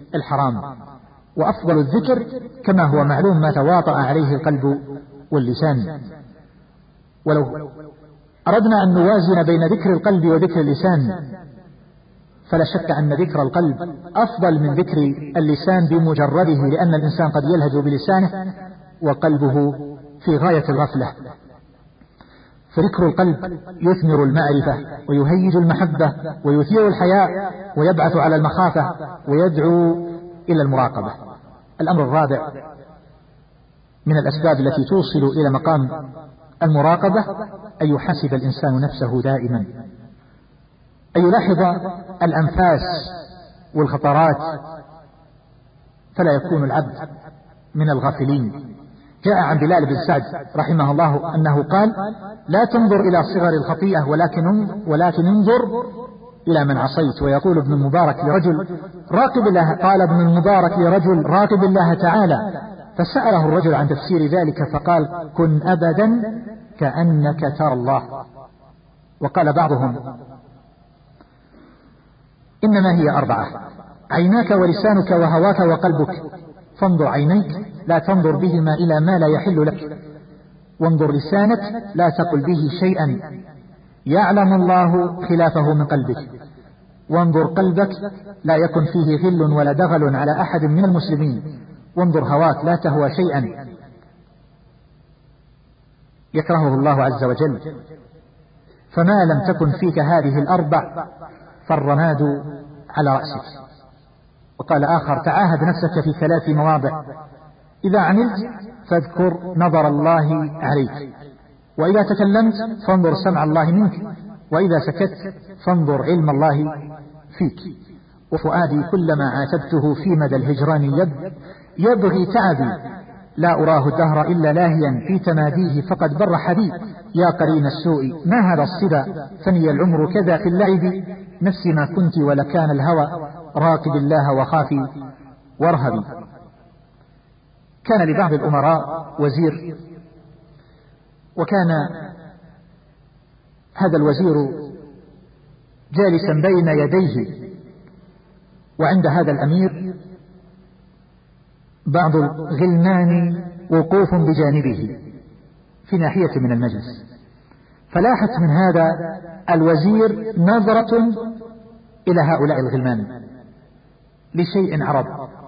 الحرام. وأفضل الذكر كما هو معلوم ما تواطأ عليه القلب واللسان. ولو أردنا أن نوازن بين ذكر القلب وذكر اللسان فلا شك أن ذكر القلب أفضل من ذكر اللسان بمجرده، لأن الإنسان قد يلهج بلسانه وقلبه في غاية الغفلة. فذكر القلب يثمر المعرفة ويهيج المحبة ويثير الحياء ويبعث على المخافة ويدعو إلى المراقبة. الأمر الرابع من الأسباب التي توصل إلى مقام المراقبة أن يحاسب الإنسان نفسه دائما، أن يلاحظ الأنفاس والخطرات فلا يكون العبد من الغافلين. جاء عن بلال بن سعد رحمه الله أنه قال: لا تنظر إلى صغر الخطيئة ولكن انظر إلى من عصيت. ويقول ابن المبارك لرجل: راقب الله. قال ابن المبارك لرجل: راقب الله تعالى. فسأله الرجل عن تفسير ذلك فقال: كن أبدا كأنك ترى الله. وقال بعضهم: إنما هي 4: عيناك ولسانك وهواك وقلبك، فانظر عينيك لا تنظر بهما إلى ما لا يحل لك، وانظر لسانك لا تقل به شيئا يعلم الله خلافه من قلبك، وانظر قلبك لا يكن فيه غل ولا دغل على أحد من المسلمين، وانظر هواك لا تهوى شيئا يكرهه الله عز وجل. فما لم تكن فيك هذه 4 فالرماد على رأسك. وقال آخر: تعاهد نفسك في 3 مواضع: إذا عملت فاذكر نظر الله عليك، وإذا تكلمت فانظر سمع الله منك، وإذا سكت فانظر علم الله فيك. وفؤادي كلما عاتبته في مدى الهجران يبغي تعبي، لا أراه الدهر إلا لاهيا في تماديه فقد برح بي. يا قرين السوء ما هذا الصبا، فني العمر كذا في اللعب، نفسي ما كنت ولكان الهوى، راقب الله وخافي وارهبي. كان لبعض الأمراء وزير، وكان هذا الوزير جالسا بين يديه، وعند هذا الأمير بعض الغلمان وقوف بجانبه في ناحية من المجلس، فلاحت من هذا الوزير نظرة إلى هؤلاء الغلمان لشيء عرض،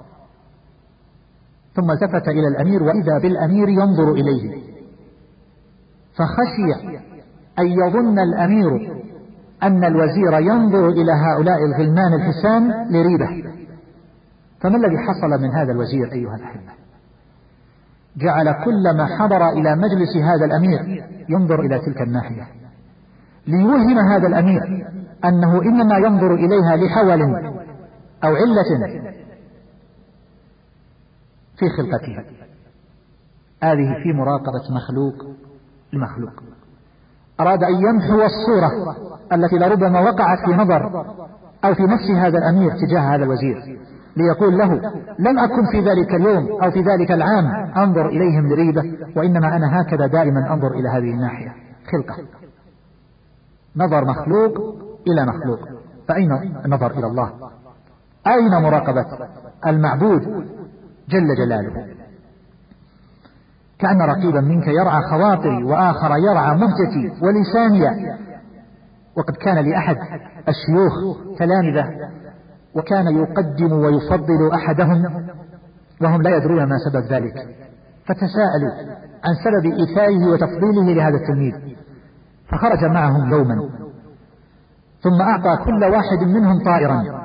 ثم التفت إلى الأمير وإذا بالأمير ينظر إليه، فخشي أن يظن الأمير أن الوزير ينظر إلى هؤلاء الغلمان الحسان لريبة. فما الذي حصل من هذا الوزير أيها الأحبة؟ جعل كلما حضر إلى مجلس هذا الأمير ينظر إلى تلك الناحية، ليوهم هذا الأمير أنه إنما ينظر إليها لحول أو علة في خلقتها. هذه في مراقبة مخلوق لمخلوق. أراد أن يمحو الصورة التي لربما وقعت في نظر أو في نفس هذا الأمير تجاه هذا الوزير، ليقول له: لم أكن في ذلك اليوم أو في ذلك العام أنظر إليهم لريبة، وإنما أنا هكذا دائما أنظر إلى هذه الناحية، خلقة. نظر مخلوق إلى مخلوق، فأين النظر إلى الله؟ أين مراقبة المعبود جل جلاله؟ كأن رقيبا منك يرعى خواطري وآخر يرعى مهجتي ولساني. وقد كان لأحد الشيوخ تلامذة، وكان يقدم ويفضل أحدهم وهم لا يدرون ما سبب ذلك، فتساءلوا عن سبب إيثائه وتفضيله لهذا التلميذ، فخرج معهم يوما ثم أعطى كل واحد منهم طائرا،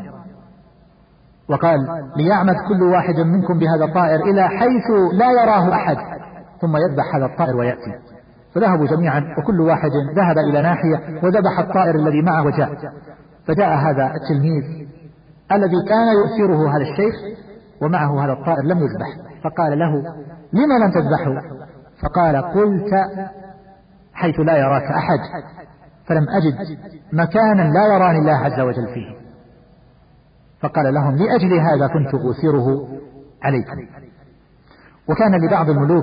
وقال: ليعمد كل واحد منكم بهذا الطائر إلى حيث لا يراه أحد، ثم يذبح هذا الطائر ويأتي. فذهبوا جميعا وكل واحد ذهب إلى ناحية وذبح الطائر الذي معه وجاء. فجاء هذا التلميذ الذي كان يؤثره هذا الشيخ ومعه هذا الطائر لم يذبح، فقال له: لما لم تذبحه؟ فقال: قلت حيث لا يراك أحد، فلم أجد مكانا لا يراني الله عز وجل فيه. فقال لهم: لأجل هذا كنت أؤثره عليكم. وكان لبعض الملوك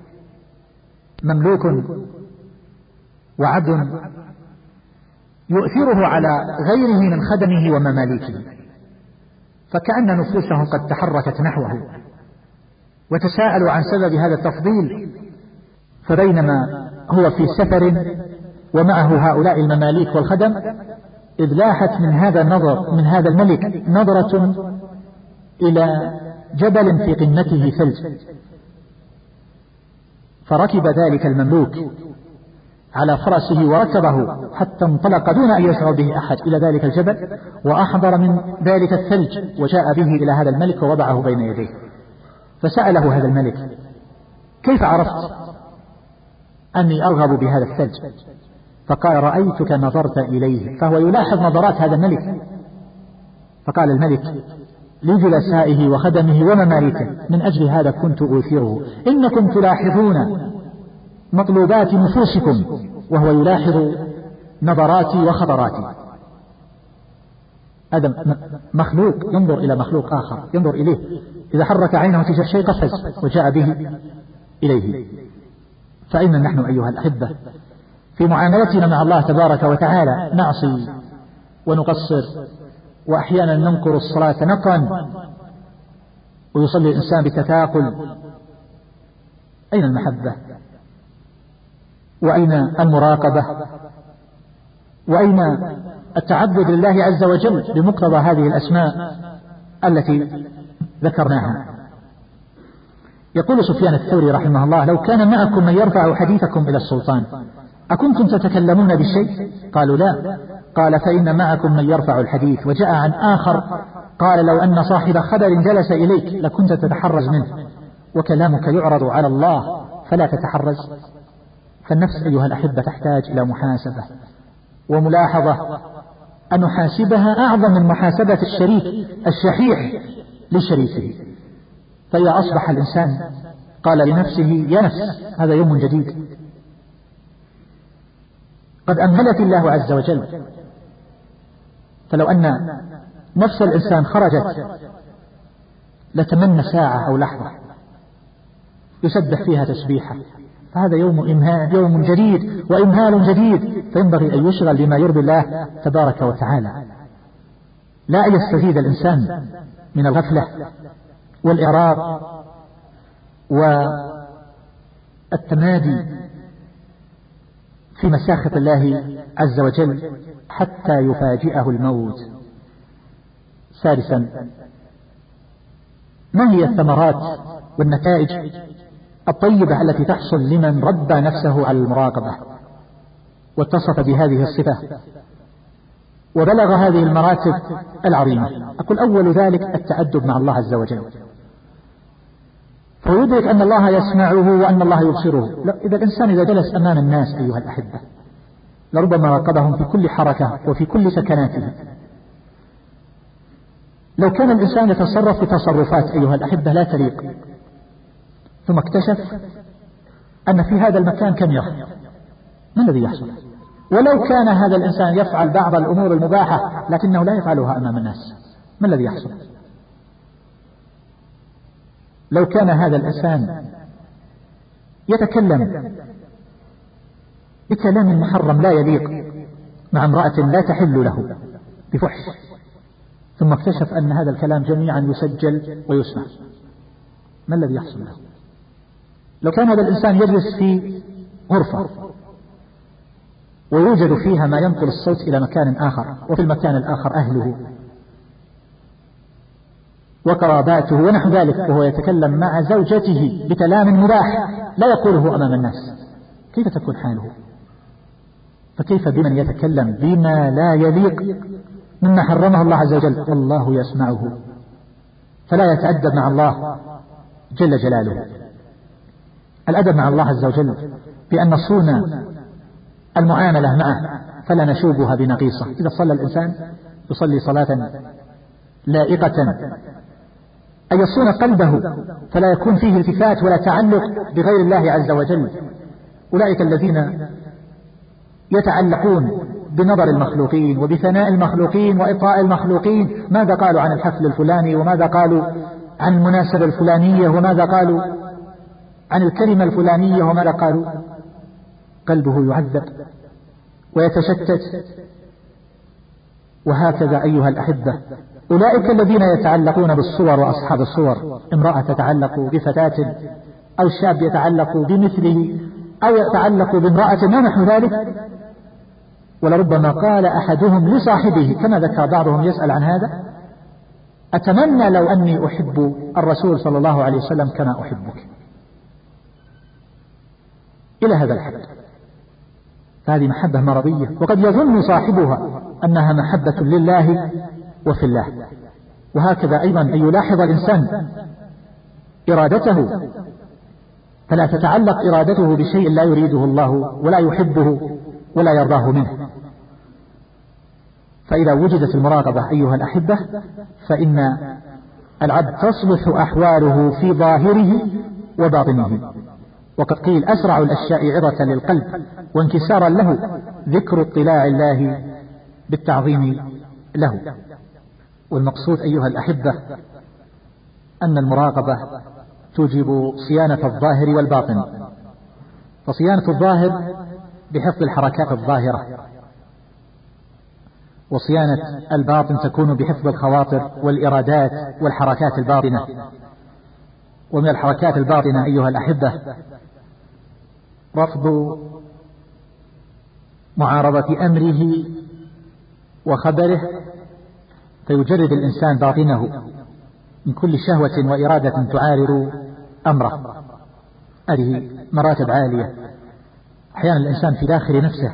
مملوك وعبد يؤثره على غيره من خدمه ومماليكه، فكأن نفوسهم قد تحركت نحوه وتساءلوا عن سبب هذا التفضيل. فبينما هو في سفر ومعه هؤلاء المماليك والخدم، إذ لاحت من هذا النظر من هذا الملك نظرة إلى جبل في قمته ثلج، فركب ذلك المملوك على فرسه وركبه حتى انطلق دون أن يشعر به أحد إلى ذلك الجبل، وأحضر من ذلك الثلج وجاء به إلى هذا الملك ووضعه بين يديه. فسأله هذا الملك: كيف عرفت أني أرغب بهذا الثلج؟ فقال: رأيتك نظرت إليه. فهو يلاحظ نظرات هذا الملك. فقال الملك لجلسائه وخدمه وممالكه: من أجل هذا كنت أوثره، إنكم تلاحظون مطلوبات نفوسكم وهو يلاحظ نظراتي وخطراتي. هذا مخلوق ينظر إلى مخلوق آخر، ينظر إليه، إذا حرك عينه تجاه شيء قفز وجاء به إليه. فأين نحن أيها الأحبة في معاملتنا مع الله تبارك وتعالى؟ نعصي ونقصر، وأحيانا ننكر الصلاة نقرا، ويصلي الإنسان بتثاقل. أين المحبة؟ وأين المراقبة؟ وأين التعبد لله عز وجل بمقتضى هذه الأسماء التي ذكرناها؟ يقول سفيان الثوري رحمه الله: لو كان معكم من يرفع حديثكم إلى السلطان أكنتم تتكلمون بالشيء؟ قالوا لا. قال: فإن معكم من يرفع الحديث. وجاء عن آخر قال: لو أن صاحب خبر جلس إليك لكنت تتحرز منه، وكلامك يعرض على الله فلا تتحرز. فالنفس أيها الأحبة تحتاج إلى محاسبة وملاحظة، أن نحاسبها أعظم من محاسبة الشريك الشحيح لشريكه. فإذا أصبح الإنسان قال لنفسه: يا نفس هذا يوم جديد، قد أمهلت الله عز وجل. فلو أن نفس الإنسان خرجت لتمنى ساعة أو لحظة يسبح فيها تسبيحة، فهذا يوم جديد وإمهال جديد، فينبغي أن يشغل بما يرضي الله تبارك وتعالى. لا يستزيد الإنسان من الغفلة والإعراض والتمادي في مساخط الله عز وجل حتى يفاجئه الموت. سادسا: ما هي الثمرات والنتائج الطيبة التي تحصل لمن ربى نفسه على المراقبة واتصف بهذه الصفة وبلغ هذه المراتب العظيمة؟ أقول: أول ذلك التأدب مع الله عز وجل، فيدرك أن الله يسمعه وأن الله يبصره. إذا الإنسان إذا جلس أمام الناس أيها الأحبة لربما راقبهم في كل حركة وفي كل سكناته. لو كان الإنسان يتصرف بتصرفات أيها الأحبة لا تليق، ثم اكتشف أن في هذا المكان كم يخ، ما الذي يحصل؟ ولو كان هذا الإنسان يفعل بعض الأمور المباحة لكنه لا يفعلها أمام الناس، ما الذي يحصل؟ لو كان هذا الإنسان يتكلم بكلام محرم لا يليق مع امرأة لا تحل له بفحش، ثم اكتشف أن هذا الكلام جميعا يسجل ويسمع، ما الذي يحصل له؟ لو كان هذا الإنسان يجلس في غرفة ويوجد فيها ما ينقل الصوت إلى مكان آخر، وفي المكان الآخر أهله وقراباته ونحو ذلك، وهو يتكلم مع زوجته بكلام مباح لا يقوله أمام الناس، كيف تكون حاله؟ فكيف بمن يتكلم بما لا يليق مما حرمه الله عز وجل والله يسمعه، فلا يتأدب مع الله جل جلاله. الأدب مع الله عز وجل بأن نصون المعاملة معه فلا نشوبها بنقيصة. إذا صلى الإنسان يصلي صلاة لائقة، أن يصون قلبه فلا يكون فيه التفات ولا تعلق بغير الله عز وجل. أولئك الذين يتعلقون بنظر المخلوقين وبثناء المخلوقين وإطاء المخلوقين، ماذا قالوا عن الحفل الفلاني، وماذا قالوا عن المناسبة الفلانية، وماذا قالوا عن الكلمة الفلانية، وماذا قالوا، قلبه يعذب ويتشتت. وهكذا أيها الأحبة أولئك الذين يتعلقون بالصور وأصحاب الصور، امرأة تتعلق بفتاة أو شاب يتعلق بمثله أو يتعلق بامرأة ما نحو ذلك. ولربما قال أحدهم لصاحبه كما ذكر بعضهم يسأل عن هذا: أتمنى لو أني أحب الرسول صلى الله عليه وسلم كما أحبك، إلى هذا الحد. هذه محبة مرضية، وقد يظن صاحبها أنها محبة لله وفي الله. وهكذا أيضا أن يلاحظ الإنسان إرادته، فلا تتعلق إرادته بشيء لا يريده الله ولا يحبه ولا يرضاه منه. فإذا وجدت المراقبة أيها الأحبة فإن العبد تصلح أحواله في ظاهره وباطنه. وقد قيل: أسرع الأشياء عظة للقلب وانكسارا له ذكر اطلاع الله بالتعظيم له. والمقصود أيها الأحبة أن المراقبة توجب صيانة الظاهر والباطن. فصيانة الظاهر بحفظ الحركات الظاهرة، وصيانة الباطن تكون بحفظ الخواطر والإرادات والحركات الباطنة. ومن الحركات الباطنة أيها الأحبة رفض معارضة أمره وخبره، فيجرد الإنسان باطنه من كل شهوة وإرادة تعارض أمره. هذه مراتب عالية. أحيانا الإنسان في داخل نفسه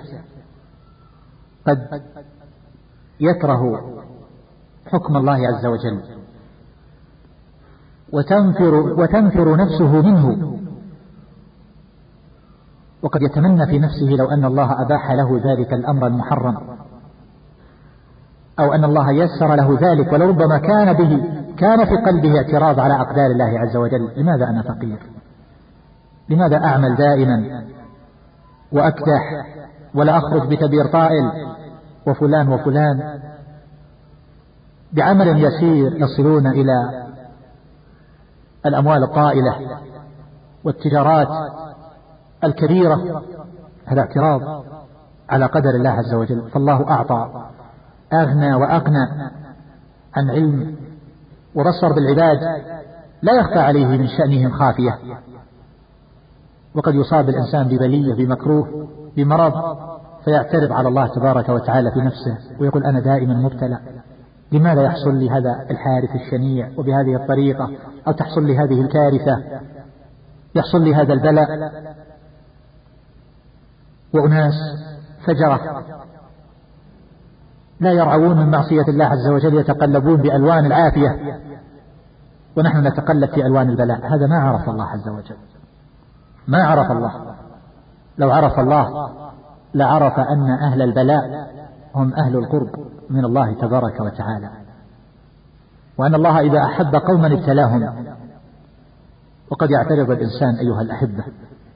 قد يكره حكم الله عز وجل وتنفر نفسه منه، وقد يتمنى في نفسه لو أن الله أباح له ذلك الأمر المحرم، أو أن الله يسر له ذلك، ولربما كان في قلبه اعتراض على أقدار الله عز وجل. لماذا أنا فقير؟ لماذا أعمل دائما وأكدح ولا أخرج بتبير طائل؟ وفلان وفلان بعمل يسير يصلون إلى الأموال الطائلة والتجارات الكبيرة. هذا اعتراض على قدر الله عز وجل. فالله أعطى أغنى وأقنى عن علم وبصر بالعباد، لا يخفى عليه من شأنهم خافية. وقد يصاب الإنسان ببلية، بمكروه، بمرض، فيعترض على الله تبارك وتعالى في نفسه ويقول: أنا دائما مبتلى، لماذا يحصل لي هذا الحادث الشنيع وبهذه الطريقة؟ أو تحصل لي هذه الكارثة، يحصل لي هذا البلاء. وأناس فجرة لا يرعون من معصية الله عز وجل يتقلبون بألوان العافية، ونحن نتقلب في ألوان البلاء. هذا ما عرف الله عز وجل، ما عرف الله. لو عرف الله لعرف أن أهل البلاء هم أهل القرب من الله تبارك وتعالى، وأن الله إذا أحب قوما ابتلاهم. وقد يعترض الإنسان أيها الأحبة،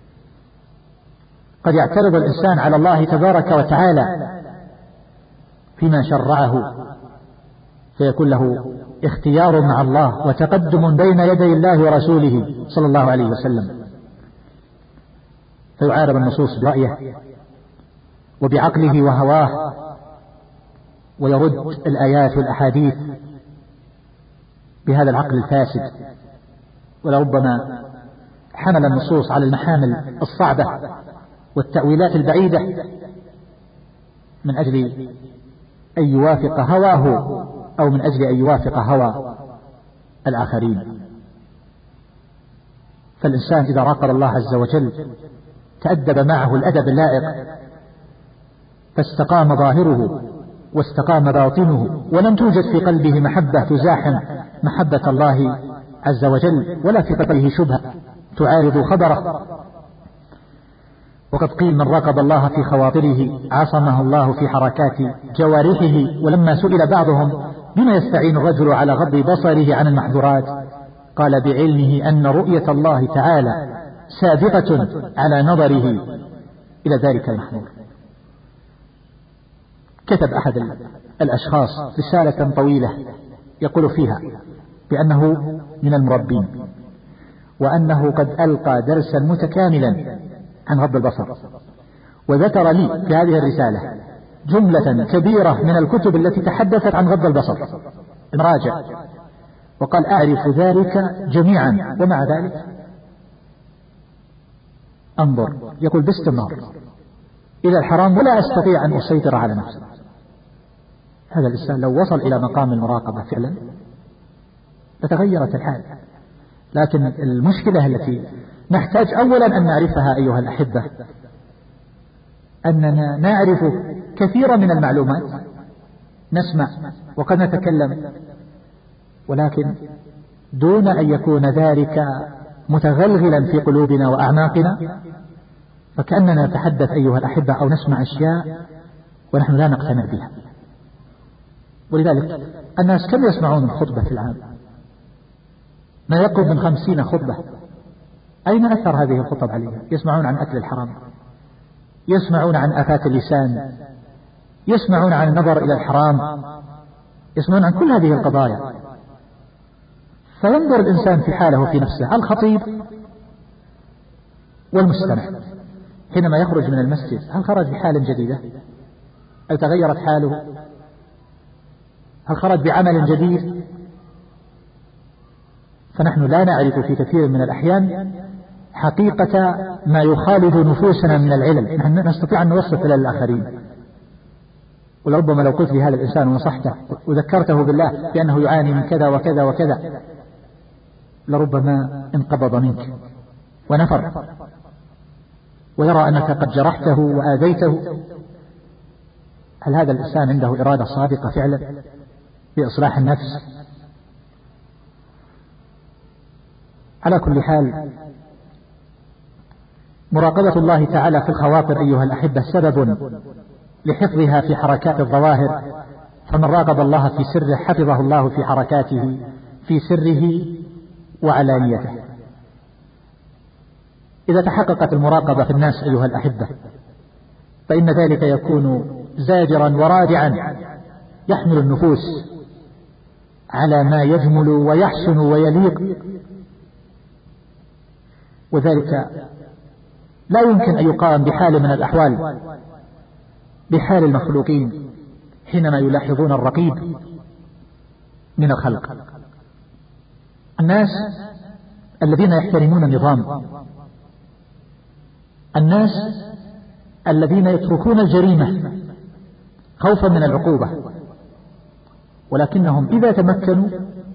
قد يعترض الإنسان على الله تبارك وتعالى فيما شرعه، فيكون له اختيار مع الله وتقدم بين يدي الله ورسوله صلى الله عليه وسلم، فيعارض النصوص برأيه وبعقله وهواه، ويرد الآيات والأحاديث بهذا العقل الفاسد. ولربما حمل النصوص على المحامل الصعبة والتأويلات البعيدة من أجل أن يوافق هواه أو من أجل أن يوافق هوى الآخرين. فالإنسان إذا راقب الله عز وجل تأدب معه الأدب اللائق، فاستقام ظاهره واستقام باطنه، ولم توجد في قلبه محبة تزاحم محبة الله عز وجل، ولا في قلبه شبهة تعارض خبره. وقد قيل: من راقب الله في خواطره عصمه الله في حركات جوارحه. ولما سئل بعضهم: بما يستعين الرجل على غض بصره عن المحظورات؟ قال: بعلمه أن رؤية الله تعالى سابقة على نظره إلى ذلك المحظور. كتب أحد الأشخاص رسالة طويلة يقول فيها بأنه من المربين، وأنه قد ألقى درسا متكاملا عن غض البصر، وذكر لي في هذه الرسالة جملة كبيرة من الكتب التي تحدثت عن غض البصر، المراجع وقال أعرف ذلك جميعا، ومع ذلك أنظر، يقول باستمرار إلى الحرام ولا أستطيع أن أسيطر على نفسي. هذا الإنسان لو وصل إلى مقام المراقبة فعلا لتغيرت الحال. لكن المشكلة التي نحتاج أولا أن نعرفها أيها الأحبة أننا نعرف كثيرا من المعلومات، نسمع وقد نتكلم، ولكن دون أن يكون ذلك متغلغلا في قلوبنا وأعماقنا، فكأننا نتحدث أيها الأحبة أو نسمع أشياء ونحن لا نقتنع بها. ولذلك الناس كم يسمعون الخطبة في العام؟ ما يقرب من 50 خطبة. أين أثر هذه الخطب عليها؟ يسمعون عن أكل الحرام، يسمعون عن آفات اللسان، يسمعون عن النظر إلى الحرام، يسمعون عن كل هذه القضايا. فينظر الإنسان في حاله وفي نفسه، الخطيب والمستمع حينما يخرج من المسجد هل خرج بحال جديدة؟ هل تغيرت حاله؟ هل خرج بعمل جديد؟ فنحن لا نعرف في كثير من الأحيان حقيقة ما يخالج نفوسنا من العلم. نحن نستطيع أن نوصف إلى الآخرين، ولربما لو قلت لهذا الإنسان ونصحته وذكرته بالله بأنه يعاني من كذا وكذا وكذا لربما انقبض منك ونفر، ويرى أنك قد جرحته وآذيته. هل هذا الإنسان عنده إرادة صادقة فعلا بإصلاح النفس؟ على كل حال، مراقبة الله تعالى في الخواطر أيها الأحبة سبب لحفظها في حركات الظواهر، فمن راقب الله في سره حفظه الله في حركاته في سره وعلانيته. إذا تحققت المراقبة في الناس أيها الأحبة فإن ذلك يكون زاجرا ورادعا يحمل النفوس على ما يجمل ويحسن ويليق، وذلك لا يمكن أن يقارن بحال من الأحوال بحال المخلوقين حينما يلاحظون الرقيب من الخلق. الناس الذين يحترمون النظام، الناس الذين يتركون الجريمة خوفا من العقوبة، ولكنهم إذا تمكنوا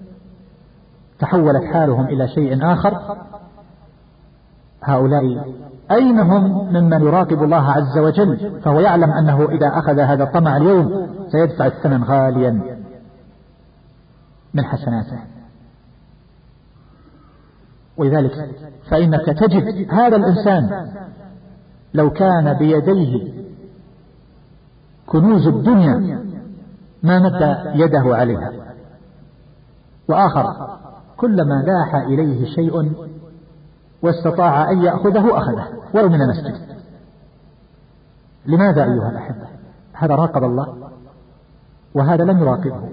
تحولت حالهم إلى شيء آخر. هؤلاء أين هم ممن يراقب الله عز وجل فهو يعلم أنه إذا أخذ هذا الطمع اليوم سيدفع الثمن غاليا من حسناته؟ ولذلك فإنك تجد هذا الإنسان لو كان بيديه كنوز الدنيا ما مد يده عليها، وآخر كلما لاح إليه شيء واستطاع أن يأخذه أخذه ولو من المسجد. لماذا أيها الأحبة؟ هذا راقب الله وهذا لم يراقبه.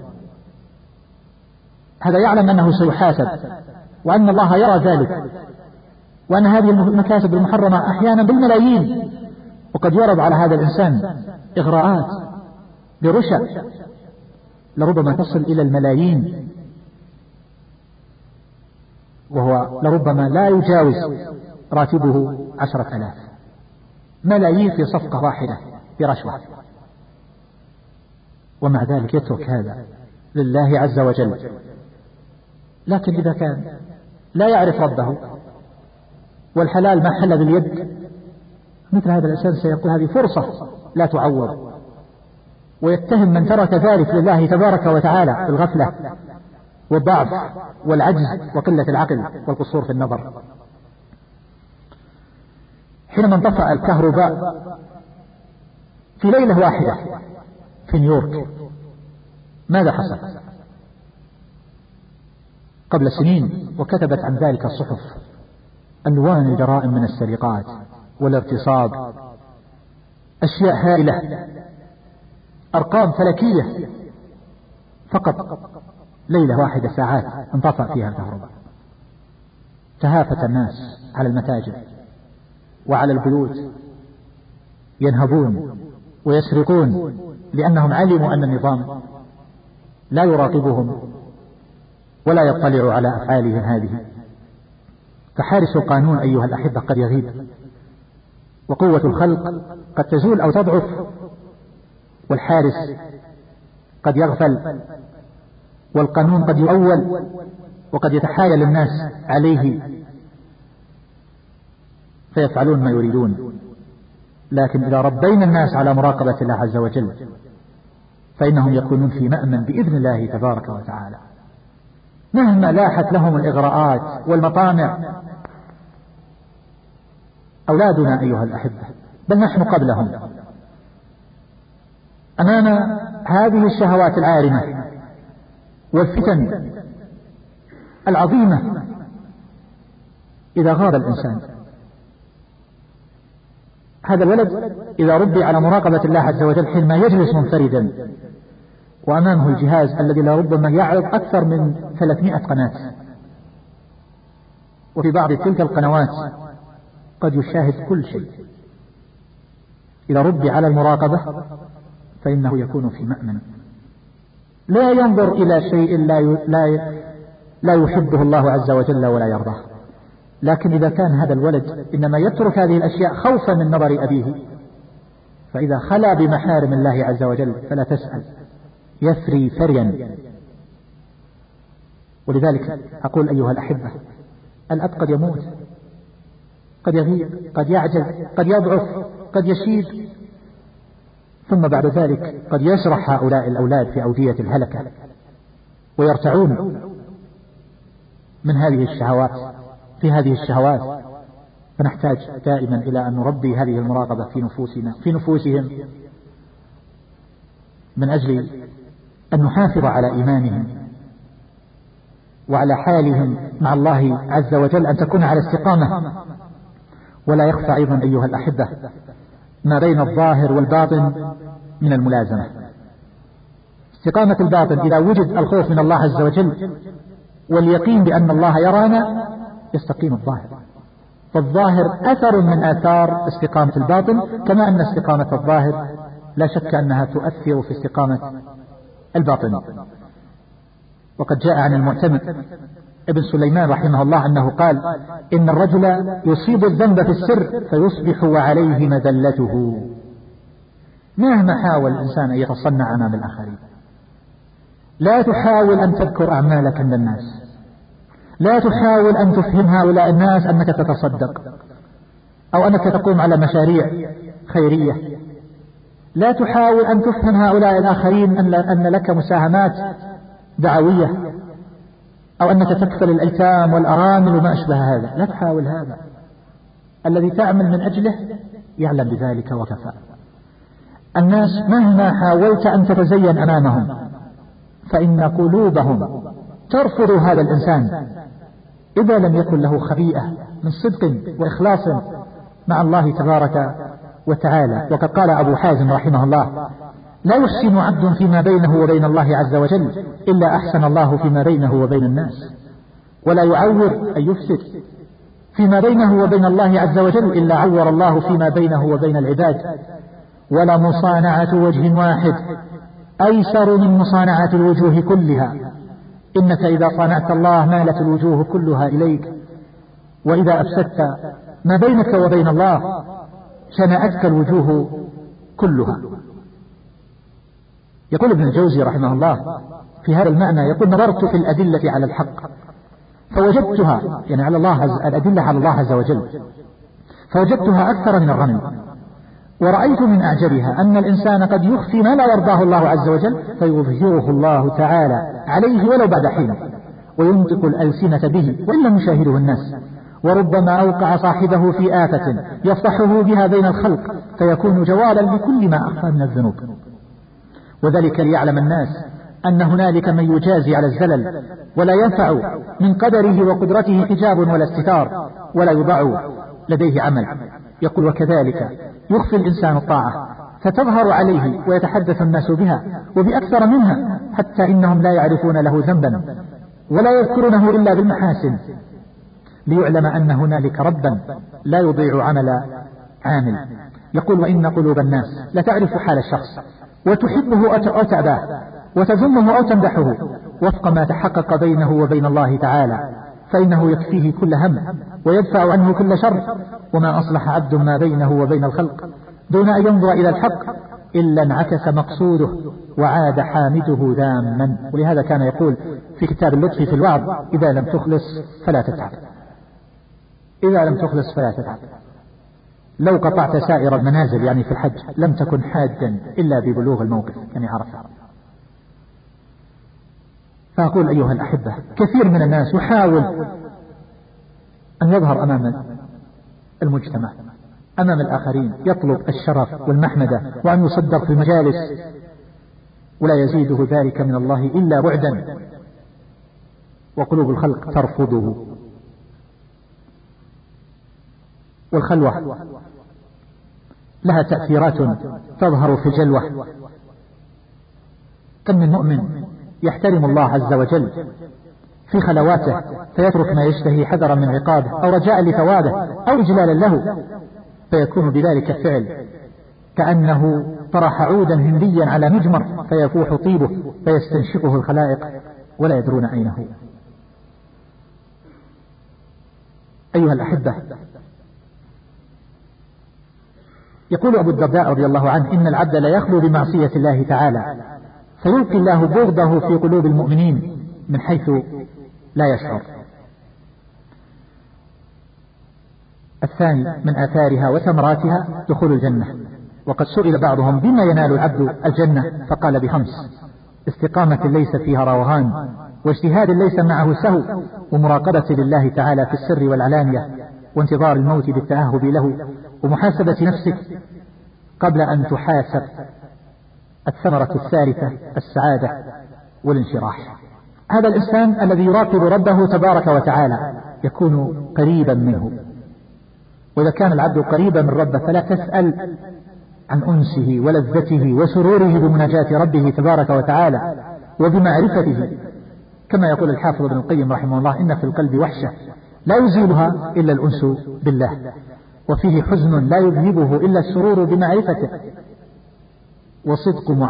هذا يعلم أنه سيحاسب وأن الله يرى ذلك، وأن هذه المكاسب المحرمة أحيانا بالملايين، وقد يرد على هذا الإنسان إغراءات برشا لربما تصل إلى الملايين، وهو لربما لا يجاوز راتبه 10,000 ملايين في صفقة واحدة برشوة، ومع ذلك يترك هذا لله عز وجل. لكن إذا كان لا يعرف ربه والحلال ما حل باليد، مثل هذا الإنسان سيقول هذه فرصة لا تعوض، ويتهم من ترك ذلك لله تبارك وتعالى بالغفلة والضعف والعجز وقلة العقل والقصور في النظر. حينما انطفأ الكهرباء في ليلة واحدة في نيويورك ماذا حصل؟ قبل سنين وكتبت عن ذلك الصحف ألوان الجرائم من السرقات والاغتصاب، أشياء هائلة، أرقام فلكية، فقط ليلة واحدة ساعات انطفأ فيها الكهرباء. تهافت الناس على المتاجر وعلى البيوت ينهبون ويسرقون، لأنهم علموا أن النظام لا يراقبهم ولا يطلع على أفعالهم هذه. فحارس القانون أيها الأحبة قد يغيب، وقوة الخلق قد تزول أو تضعف، والحارس قد يغفل، والقانون قد يؤول، وقد يتحايل الناس عليه فيفعلون ما يريدون. لكن إذا ربينا الناس على مراقبة الله عز وجل فإنهم يكونون في مأمن بإذن الله تبارك وتعالى، مهما لاحت لهم الإغراءات والمطامع. أولادنا أيها الأحبة، بل نحن قبلهم، أمام هذه الشهوات العارمة والفتن العظيمة، إذا غاب الإنسان، هذا الولد إذا ربي على مراقبة الله عز وجل حينما يجلس منفردا وأمامه الجهاز الذي لربما يعرض أكثر من 300 قناة، وفي بعض تلك القنوات قد يشاهد كل شيء، إذا ربي على المراقبة فإنه يكون في مأمن، لا ينظر إلى شيء لا يحبه الله عز وجل ولا يرضاه. لكن إذا كان هذا الولد إنما يترك هذه الأشياء خوفا من نظر أبيه، فإذا خلا بمحارم الله عز وجل فلا تسأل، يفري فريا. ولذلك أقول أيها الأحبة، الأب قد يموت، قد يغيب، قد يعجز، قد يضعف، قد يشيب، ثم بعد ذلك قد يسرح هؤلاء الأولاد في أودية الهلكة ويرتعون من هذه الشهوات في هذه الشهوات. فنحتاج دائما إلى أن نربي هذه المراقبة في نفوسهم من أجل أن نحافظ على إيمانهم وعلى حالهم مع الله عز وجل، أن تكون على استقامة. ولا يخفى أيضا أيها الأحبة ما بين الظاهر والباطن من الملازمة. استقامة الباطن إذا وجد الخوف من الله عز وجل واليقين بأن الله يرانا يستقيم الظاهر، فالظاهر أثر من آثار استقامة الباطن، كما أن استقامة الظاهر لا شك أنها تؤثر في استقامة الباطن. وقد جاء عن المعتمد ابن سليمان رحمه الله أنه قال: إن الرجل يصيب الذنب في السر فيصبح وعليه مذلته. مهما حاول الإنسان أن يتصنع أمام الآخرين، لا تحاول أن تذكر أعمالك عند الناس، لا تحاول أن تفهم هؤلاء الناس أنك تتصدق أو أنك تقوم على مشاريع خيرية، لا تحاول أن تفهم هؤلاء الآخرين أن لك مساهمات دعوية أو أنك تكفل الأيتام والأرامل وما أشبه هذا. لا تحاول هذا، الذي تعمل من أجله يعلم بذلك وكفى. الناس مهما حاولت أن تتزين أمامهم فإن قلوبهم ترفض هذا الإنسان إذا لم يكن له خبيئة من صدق وإخلاص مع الله تبارك وتعالى. وقد قال أبو حازم رحمه الله: لا يحسن عبد فيما بينه وبين الله عز وجل إلا أحسن الله فيما بينه وبين الناس، ولا يعور أي يفسد فيما بينه وبين الله عز وجل إلا عور الله فيما بينه وبين العباد، ولا مصانعة وجه واحد أيسر من مصانعة الوجوه كلها، إنك إذا صانعت الله مالت الوجوه كلها إليك، وإذا أفسدت ما بينك وبين الله شنأتك الوجوه كلها. يقول ابن الجوزي رحمه الله في هذا المعنى، يقول: نظرت في الأدلة على الحق فوجدتها، يعني على الله، الأدلة على الله عز وجل، فوجدتها أكثر من الرمي، ورأيت من أعجبها أن الإنسان قد يخفي ما لا يرضاه الله عز وجل فيظهره الله تعالى عليه ولو بعد حين، وينطق الألسنة به وإن لم يشاهده الناس، وربما أوقع صاحبه في آفة يفضحه بها بين الخلق فيكون جوالا لكل ما أخفى من الذنوب. وذلك ليعلم الناس أن هنالك من يجازي على الزلل ولا ينفع من قدره وقدرته حجاب ولا استتار ولا يضع لديه عمل. يقول: وكذلك يخفي الإنسان الطاعة فتظهر عليه ويتحدث الناس بها وبأكثر منها، حتى إنهم لا يعرفون له ذنبا ولا يذكرونه إلا بالمحاسن، ليعلم أن هنالك ربا لا يضيع عمل عامل. يقول: وإن قلوب الناس لتعرف حال الشخص وتحبه أو تأباه، وتذمه أو تمدحه وفق ما تحقق بينه وبين الله تعالى، فإنه يكفيه كل هم ويدفع عنه كل شر. وما أصلح عبد ما بينه وبين الخلق دون أن ينظر إلى الحق إلا انعكس مقصوده وعاد حامده ذاما. ولهذا كان يقول في كتاب اللطف في الوعظ: إذا لم تخلص فلا تتعب، إذا لم تخلص فلا تتعب. لو قطعت سائر المنازل يعني في الحج لم تكن حاجا إلا ببلوغ الموقف يعني عرفة. فأقول أيها الأحبة، كثير من الناس يحاول أن يظهر أمام المجتمع، أمام الآخرين، يطلب الشرف والمحمدة وأن يصدر في المجالس، ولا يزيده ذلك من الله إلا بعدا، وقلوب الخلق ترفضه. والخلوة لها تأثيرات تظهر في الجلوة. كم من مؤمن يحترم الله عز وجل في خلواته فيترك ما يشتهي حذرا من عقابه أو رجاء لثوابه أو إجلالا له، فيكون بذلك الفعل كأنه طرح عودا هنديا على مجمر فيفوح طيبه فيستنشقه الخلائق ولا يدرون أين هو. أيها الأحبة، يقول أبو الدرداء رضي الله عنه: إن العبد لا يخلو بمعصية الله تعالى فيلقي الله بغضه في قلوب المؤمنين من حيث لا يشعر. الثاني من آثارها وثمراتها دخول الجنة. وقد سئل بعضهم: بما ينال العبد الجنة؟ فقال: ب5: استقامة ليس فيها روغان، واجتهاد ليس معه سهو، ومراقبة لله تعالى في السر والعلانية، وانتظار الموت بالتأهب له، ومحاسبة نفسك قبل أن تحاسب. الثمرة الثالثة السعادة والانشراح. هذا الإنسان الذي يراقب ربه تبارك وتعالى يكون قريبا منه. وإذا كان العبد قريبا من ربه فلا تسأل عن أنسه ولذته وسروره بمناجاة ربه تبارك وتعالى وبمعرفته. كما يقول الحافظ ابن القيم رحمه الله: إن في القلب وحشة لا يزيلها إلا الأنس بالله، وفيه حزن لا يذهبه إلا السرور بمعرفته، وصدق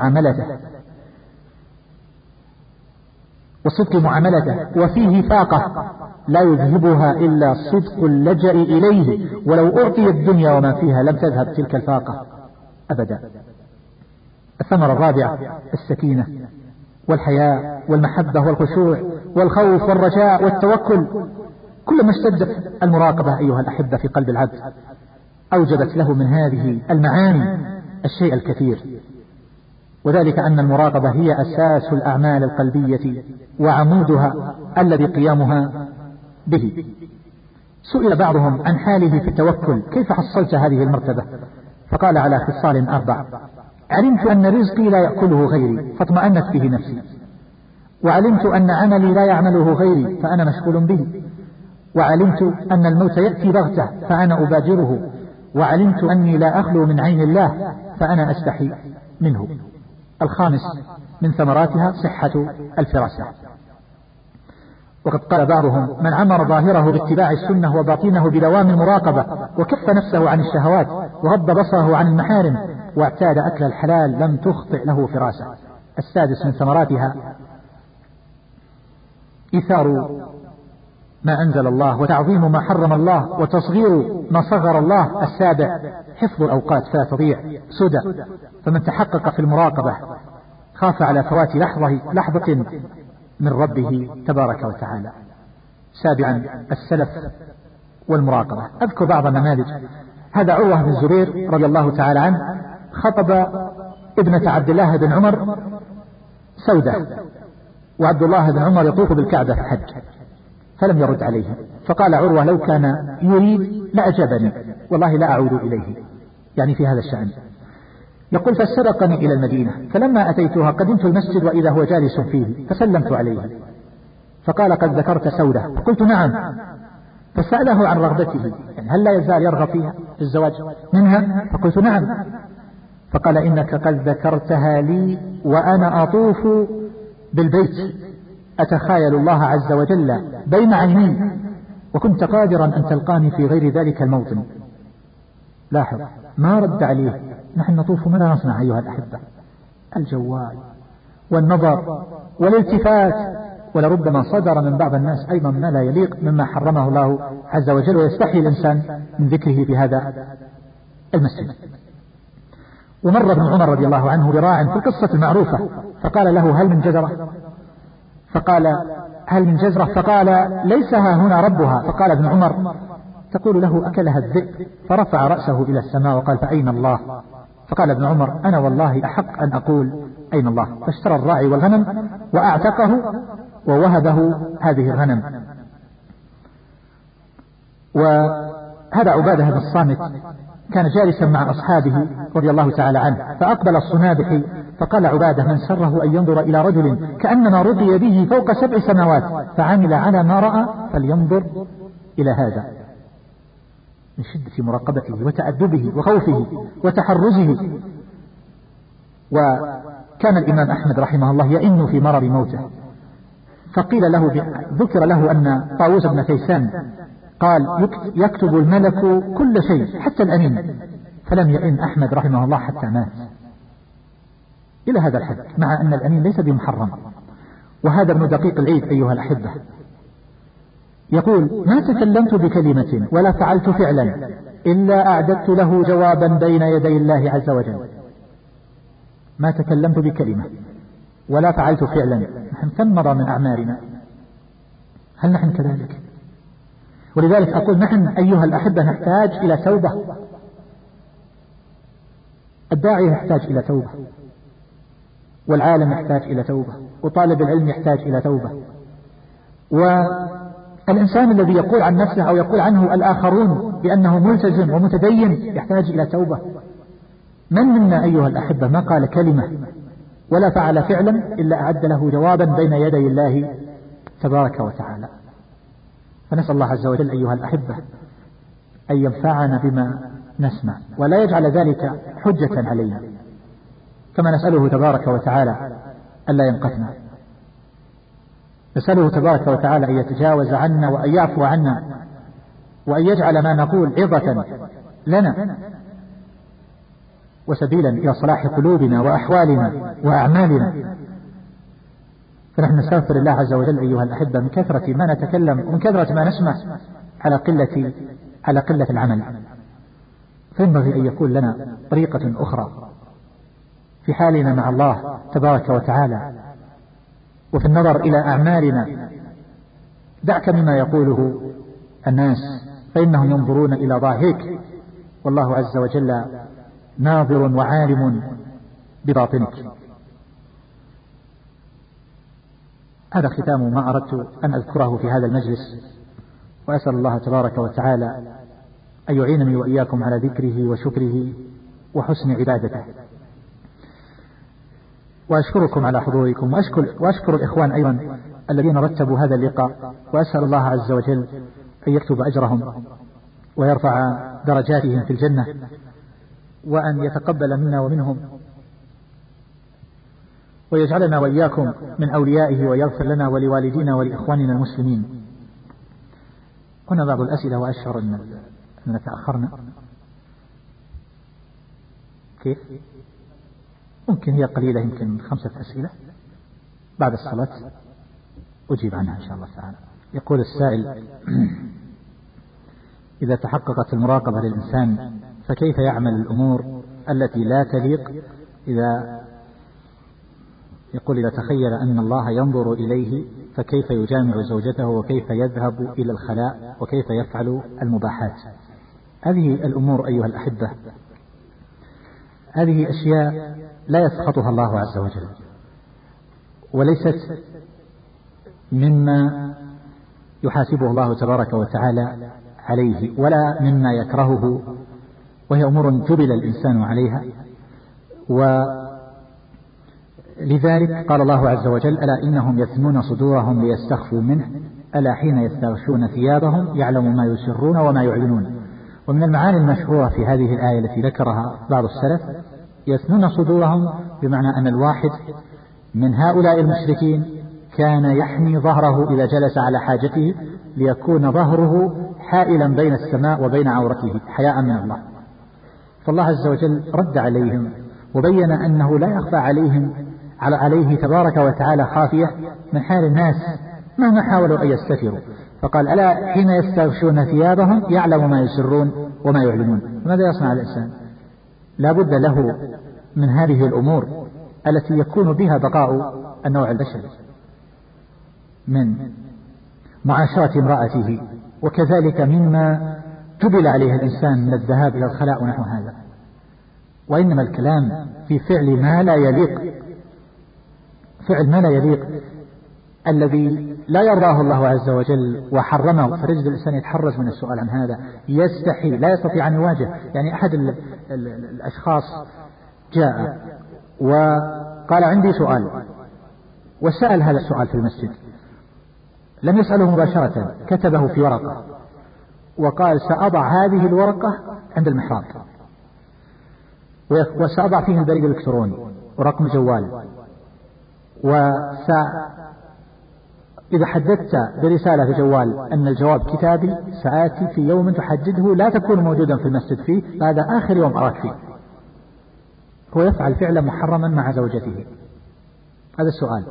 معاملته، وفيه فاقة لا يذهبها إلا صدق اللجأ إليه، ولو أعطي الدنيا وما فيها لم تذهب تلك الفاقة أبدا. الثمرة الرابعة السكينة والحياء والمحبة والخشوع والخوف والرجاء والتوكل. كلما اشتدت المراقبة أيها الأحبة في قلب العبد أوجبت له من هذه المعاني الشيء الكثير، وذلك أن المراقبة هي أساس الأعمال القلبية وعمودها الذي قيامها به. سئل بعضهم عن حاله في التوكل: كيف حصلت هذه المرتبة؟ فقال: على خصال 4: علمت أن رزقي لا يأكله غيري فاطمأنت به نفسي، وعلمت أن عملي لا يعمله غيري فأنا مشغول به، وعلمت أن الموت يأتي بغتة فأنا أبادره، وعلمت أني لا أخلو من عين الله فأنا أستحي منه. الخامس من ثمراتها صحة الفراسة. وقد قال بعضهم: من عمر ظاهره باتباع السنة وباطنه بدوام المراقبة، وكف نفسه عن الشهوات، وغض بصره عن المحارم، واعتاد أكل الحلال، لم تخطئ له فراسة. السادس من ثمراتها إيثار ما أنزل الله وتعظيم ما حرم الله وتصغير ما صغر الله. السابع حفظ الأوقات فلا تضيع سدى. فمن تحقق في المراقبة خاف على فوات لحظة من ربه تبارك وتعالى. سابعا السلف والمراقبة. أذكر بعض النماذج. هذا عروة بن الزبير رضي الله تعالى عنه خطب ابنة عبد الله بن عمر سودة، وعبد الله بن عمر يطوف بالكعبة في الحج، فلم يرد عليه. فقال عروة: لو كان يريد لأجابني، والله لا أعود إليه، يعني في هذا الشأن. يقول: فسبقني إلى المدينة، فلما أتيتها قدمت المسجد وإذا هو جالس فيه، فسلمت عليه، فقال: قد ذكرت سودة؟ فقلت: نعم. فسأله عن رغبته، يعني هل لا يزال يرغب فيها في الزواج منها؟ فقلت: نعم. فقال: إنك قد ذكرتها لي وأنا أطوف بالبيت أتخايل الله عز وجل بين عيني، وكنت قادرا أن تلقاني في غير ذلك الموطن. لاحظ، ما رد عليه. نحن نطوف ماذا نصنع أيها الأحبة؟ الجوال والنظر والالتفات، ولربما صدر من بعض الناس أيضا ما لا يليق مما حرمه الله عز وجل، ويستحي الإنسان من ذكره في هذا المسجد. ومر ابن عمر رضي الله عنه براع في القصة المعروفة، فقال له: هل من جزرة؟ فقال: هل من جزرة؟ فقال: ليس ها هنا ربها. فقال ابن عمر: تقول له أكلها الذئب؟ فرفع رأسه إلى السماء وقال: فأين الله؟ فقال ابن عمر: أنا والله أحق أن أقول أين الله. فاشترى الراعي والغنم وأعتقه ووهبه هذه الغنم. وهذا عبادة بن الصامت كان جالسا مع أصحابه رضي الله تعالى عنه، فأقبل الصنابحي فقال عبادة: من سره أن ينظر إلى رجل كأنما رقي به فوق 7 سماوات فعمل على ما رأى فلينظر إلى هذا، من شدة مراقبته وتأدبه وخوفه وتحرزه. وكان الإمام أحمد رحمه الله يئن في مرض موته، فقيل له، ذكر له أن طاووس بن كيسان قال: يكتب الملك كل شيء حتى الأنين، فلم يئن أحمد رحمه الله حتى مات إلى هذا الحد، مع أن الأنين ليس بمحرم. وهذا ابن دقيق العيد أيها الأحبة يقول: ما تكلمت بكلمة ولا فعلت فعلا إلا أعددت له جوابا بين يدي الله عز وجل. ما تكلمت بكلمة ولا فعلت فعلا. نحن كم مرة من أعمارنا هل نحن كذلك؟ ولذلك أقول نحن أيها الأحبة نحتاج إلى توبة. الداعي يحتاج إلى توبة، والعالم يحتاج إلى توبة، وطالب العلم يحتاج إلى توبة، والإنسان الذي يقول عن نفسه أو يقول عنه الآخرون بأنه ملتزم ومتدين يحتاج إلى توبة. من منا أيها الأحبة ما قال كلمة ولا فعل فعلا إلا أعد له جوابا بين يدي الله تبارك وتعالى؟ فنسأل الله عز وجل أيها الأحبة أن ينفعنا بما نسمع ولا يجعل ذلك حجة علينا، كما نسأله تبارك وتعالى ألا ينقذنا. نسأله تبارك وتعالى أن يتجاوز عنا وأن يعفو عنا وأن يجعل ما نقول عظة لنا وسبيلا إلى صلاح قلوبنا وأحوالنا وأعمالنا. فنحن نستغفر الله عز وجل أيها الأحبة من كثرة ما نتكلم ومن كثرة ما نسمع على قلة العمل. فينبغي أن يكون لنا طريقة أخرى في حالنا مع الله تبارك وتعالى وفي النظر إلى أعمالنا. دعك مما يقوله الناس فإنهم ينظرون إلى ظاهرك، والله عز وجل ناظر وعالم بباطنك. هذا ختام ما أردت أن أذكره في هذا المجلس، وأسأل الله تبارك وتعالى أن يعينني وإياكم على ذكره وشكره وحسن عبادته. وأشكركم على حضوركم، وأشكر الإخوان أيضا الذين رتبوا هذا اللقاء، وأسأل الله عز وجل أن يكتب أجرهم ويرفع درجاتهم في الجنة، وأن يتقبل منا ومنهم، ويجعلنا وإياكم من أوليائه، ويغفر لنا ولوالدينا ولإخواننا المسلمين. هنا بعض الأسئلة وأشعر أننا تأخرنا. كيف؟ ممكن هي قليلة، يمكن 5 أسئلة بعد الصلاة أجيب عنها إن شاء الله تعالى. يقول السائل: إذا تحققت المراقبة للإنسان فكيف يعمل الأمور التي لا تليق؟ يقول: إذا تخيل أن الله ينظر إليه فكيف يجامع زوجته، وكيف يذهب إلى الخلاء، وكيف يفعل المباحات؟ هذه الأمور أيها الأحبة هذه أشياء لا يسخطها الله عز وجل، وليست مما يحاسبه الله تبارك وتعالى عليه، ولا مما يكرهه، وهي أمور جبل الإنسان عليها. ولذلك قال الله عز وجل: ألا إنهم يثنون صدورهم ليستخفوا منه، ألا حين يستغشون ثيابهم يعلم ما يسرون وما يعلنون. ومن المعاني المشهورة في هذه الآية التي ذكرها بعض السلف: يثنون صدورهم، بمعنى أن الواحد من هؤلاء المشركين كان يحمي ظهره إذا جلس على حاجته ليكون ظهره حائلا بين السماء وبين عورته حياء من الله. فالله عز وجل رد عليهم وبين أنه لا يخفى عليه تبارك وتعالى خافية من حال الناس مهما حاولوا أن يستتروا. فقال: ألا حين يستغشون ثيابهم يعلم ما يسرون وما يعلنون. ماذا يصنع الإنسان؟ لا بد له من هذه الأمور التي يكون بها بقاء النوع البشري، من معاشرة امرأته، وكذلك مما جبل عليه الإنسان من الذهاب إلى الخلاء ونحو هذا. وإنما الكلام في فعل ما لا يليق، فعل ما لا يليق الذي لا يرضاه الله عز وجل وحرمه، فرجل الإنسان يتحرز من السؤال عن هذا، يستحي، لا يستطيع أن يواجه. يعني أحد الأشخاص جاء وقال: عندي سؤال، وسأل هذا السؤال في المسجد، لم يسأله مباشرة، كتبه في ورقة وقال: سأضع هذه الورقة عند المحراب، وسأضع فيه البريد الإلكتروني ورقم جوال، إذا حددت برسالة في جوال أن الجواب كتابي سآتي في يوم تحدده لا تكون موجودا في المسجد فيه، فهذا آخر يوم أراك فيه. هو يفعل فعلا محرما مع زوجته. هذا السؤال،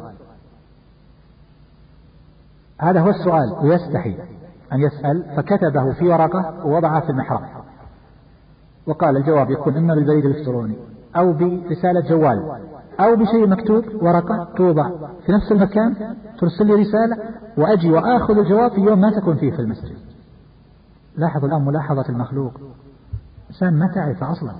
هذا هو السؤال، ويستحي أن يسأل، فكتبه في ورقة ووضعها في المحراب، وقال: الجواب يكون إما بالبريد الإلكتروني أو برسالة جوال أو بشيء مكتوب، ورقة توضع في نفس المكان، ترسل لي رسالة وأجي وآخذ الجواب في يوم ما تكون فيه في المسجد. لاحظوا الآن ملاحظة المخلوق، إنسان ما تعرف أصلا.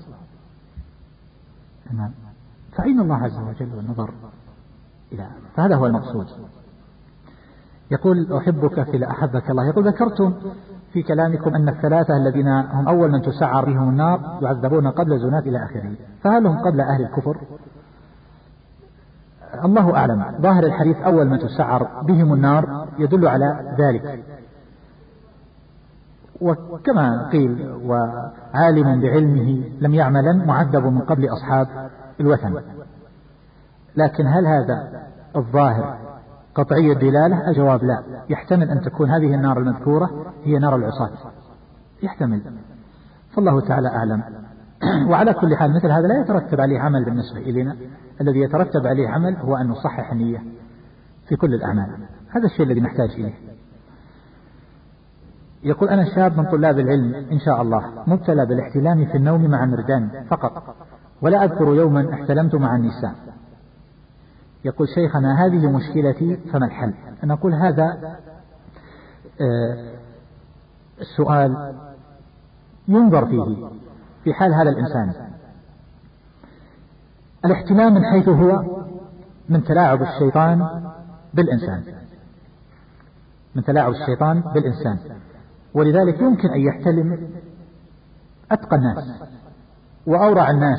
فأين الله عز وجل والنظر إلى هذا؟ فهذا هو المقصود. يقول: أحبك في أحبك الله. يقول: ذكرتم في كلامكم أن الثلاثة الذين هم أول من تسعر بهم النار يعذبون قبل الزنات إلى آخره، فهل هم قبل أهل الكفر؟ الله أعلم. ظاهر الحديث أول من تسعر بهم النار يدل على ذلك، وكما قيل: وعالم بعلمه لم يعملا معذب من قبل أصحاب الوثن. لكن هل هذا الظاهر قطعي الدلالة؟ الجواب لا. يحتمل أن تكون هذه النار المذكورة هي نار العصاة، يحتمل، فالله تعالى أعلم. وعلى كل حال مثل هذا لا يترتب عليه عمل بالنسبة إلينا، الذي يترتب عليه عمل هو أن نصحح النية في كل الأعمال. هذا الشيء الذي نحتاج إليه. يقول: أنا شاب من طلاب العلم إن شاء الله، مبتلى بالاحتلام في النوم مع المردان فقط، ولا أذكر يوما احتلمت مع النساء. يقول: شيخنا هذه مشكلتي، فما الحل؟ نقول: هذا السؤال ينظر فيه في حال هذا الإنسان. الاحتلام من حيث هو من تلاعب الشيطان بالإنسان، من تلاعب الشيطان بالإنسان، ولذلك يمكن أن يحتلم أتقى الناس وأورع الناس.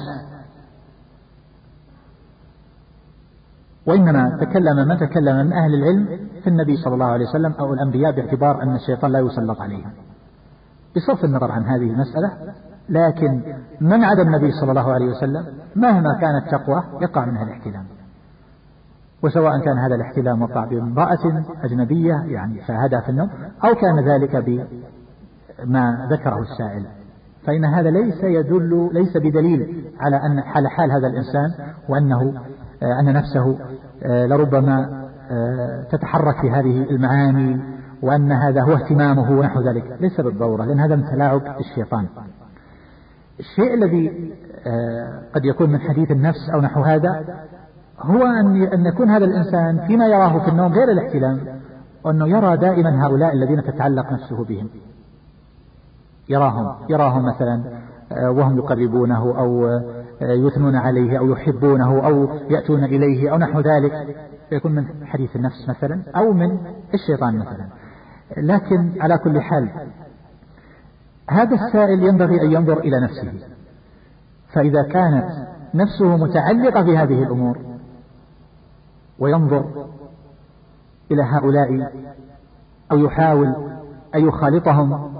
وإنما تكلم من تكلم من أهل العلم في النبي صلى الله عليه وسلم أو الأنبياء، باعتبار أن الشيطان لا يسلط عليهم، بصرف النظر عن هذه المسألة. لكن من عدا النبي صلى الله عليه وسلم مهما كانت تقوى يقع منها الاحتلام، وسواء كان هذا الاحتلام وقع بامرأة أجنبية يعني فهدى في النوم، أو كان ذلك بما ذكره السائل، فإن هذا ليس بدليل على أن حال هذا الإنسان، وأنه أن نفسه لربما تتحرك في هذه المعاني، وأن هذا هو اهتمامه ونحو ذلك، ليس بالضرورة، لأن هذا من تلاعب الشيطان. الشيء الذي قد يكون من حديث النفس أو نحو هذا هو أن يكون هذا الإنسان فيما يراه في النوم غير الاحتلام، وأنه يرى دائما هؤلاء الذين تتعلق نفسه بهم، يراهم مثلا وهم يقربونه أو يثنون عليه أو يحبونه أو يأتون إليه أو نحو ذلك، يكون من حديث النفس مثلا أو من الشيطان مثلا. لكن على كل حال هذا السائل ينبغي أن ينظر إلى نفسه، فإذا كانت نفسه متعلقة بهذه الأمور وينظر إلى هؤلاء أو يحاول أن يخالطهم،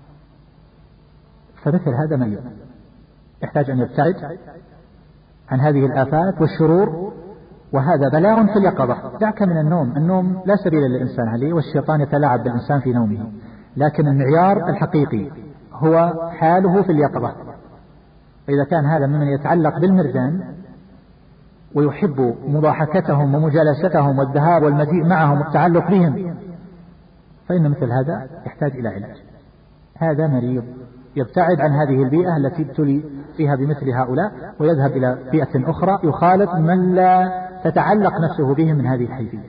فمثل هذا ميت، يحتاج أن يبتعد عن هذه الآفات والشرور، وهذا بلاء في اليقظة. دعك من النوم لا سبيل للإنسان عليه، والشيطان يتلاعب بالإنسان في نومه، لكن المعيار الحقيقي هو حاله في اليقظة. فإذا كان هذا ممن يتعلق بالمردان ويحب مضاحكتهم ومجالستهم والذهاب والمجيء معهم والتعلق بهم، فإن مثل هذا يحتاج إلى علاج. هذا مريض يبتعد عن هذه البيئة التي ابتلي فيها بمثل هؤلاء، ويذهب إلى بيئة أخرى يخالط من لا تتعلق نفسه بهم من هذه الحيثية.